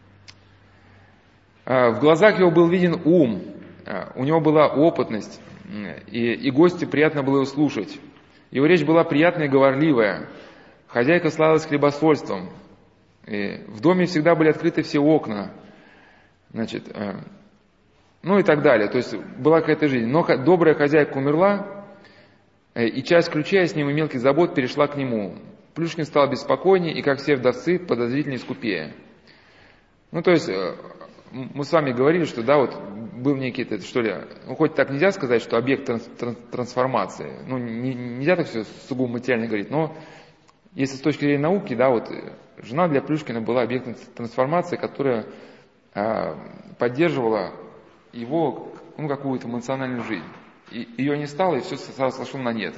Э, в глазах его был виден ум, э, у него была опытность, э, и, и гостю приятно было его слушать. Его речь была приятная и говорливая. Хозяйка славилась хлебосольством. И в доме всегда были открыты все окна. Значит, э, ну и так далее. То есть была какая-то жизнь. Но добрая хозяйка умерла, и часть ключей с ним и мелких забот перешла к нему. Плюшкин стал беспокойнее и, как все вдовцы, подозрительнее и скупее. Ну, то есть, мы с вами говорили, что, да, вот, был некий, что ли, ну, хоть так нельзя сказать, что объект транс- транс- трансформации. Ну, не, нельзя так все сугубо материально говорить, но если с точки зрения науки, да, вот, жена для Плюшкина была объектом трансформации, которая а, поддерживала его, ну, какую-то эмоциональную жизнь. И ее не стало, и все сошло на нет.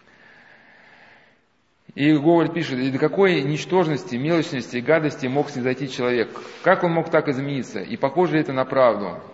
И Гоголь пишет, и до какой ничтожности, мелочности и гадости мог снизойти человек? Как он мог так измениться? И похоже ли это на правду?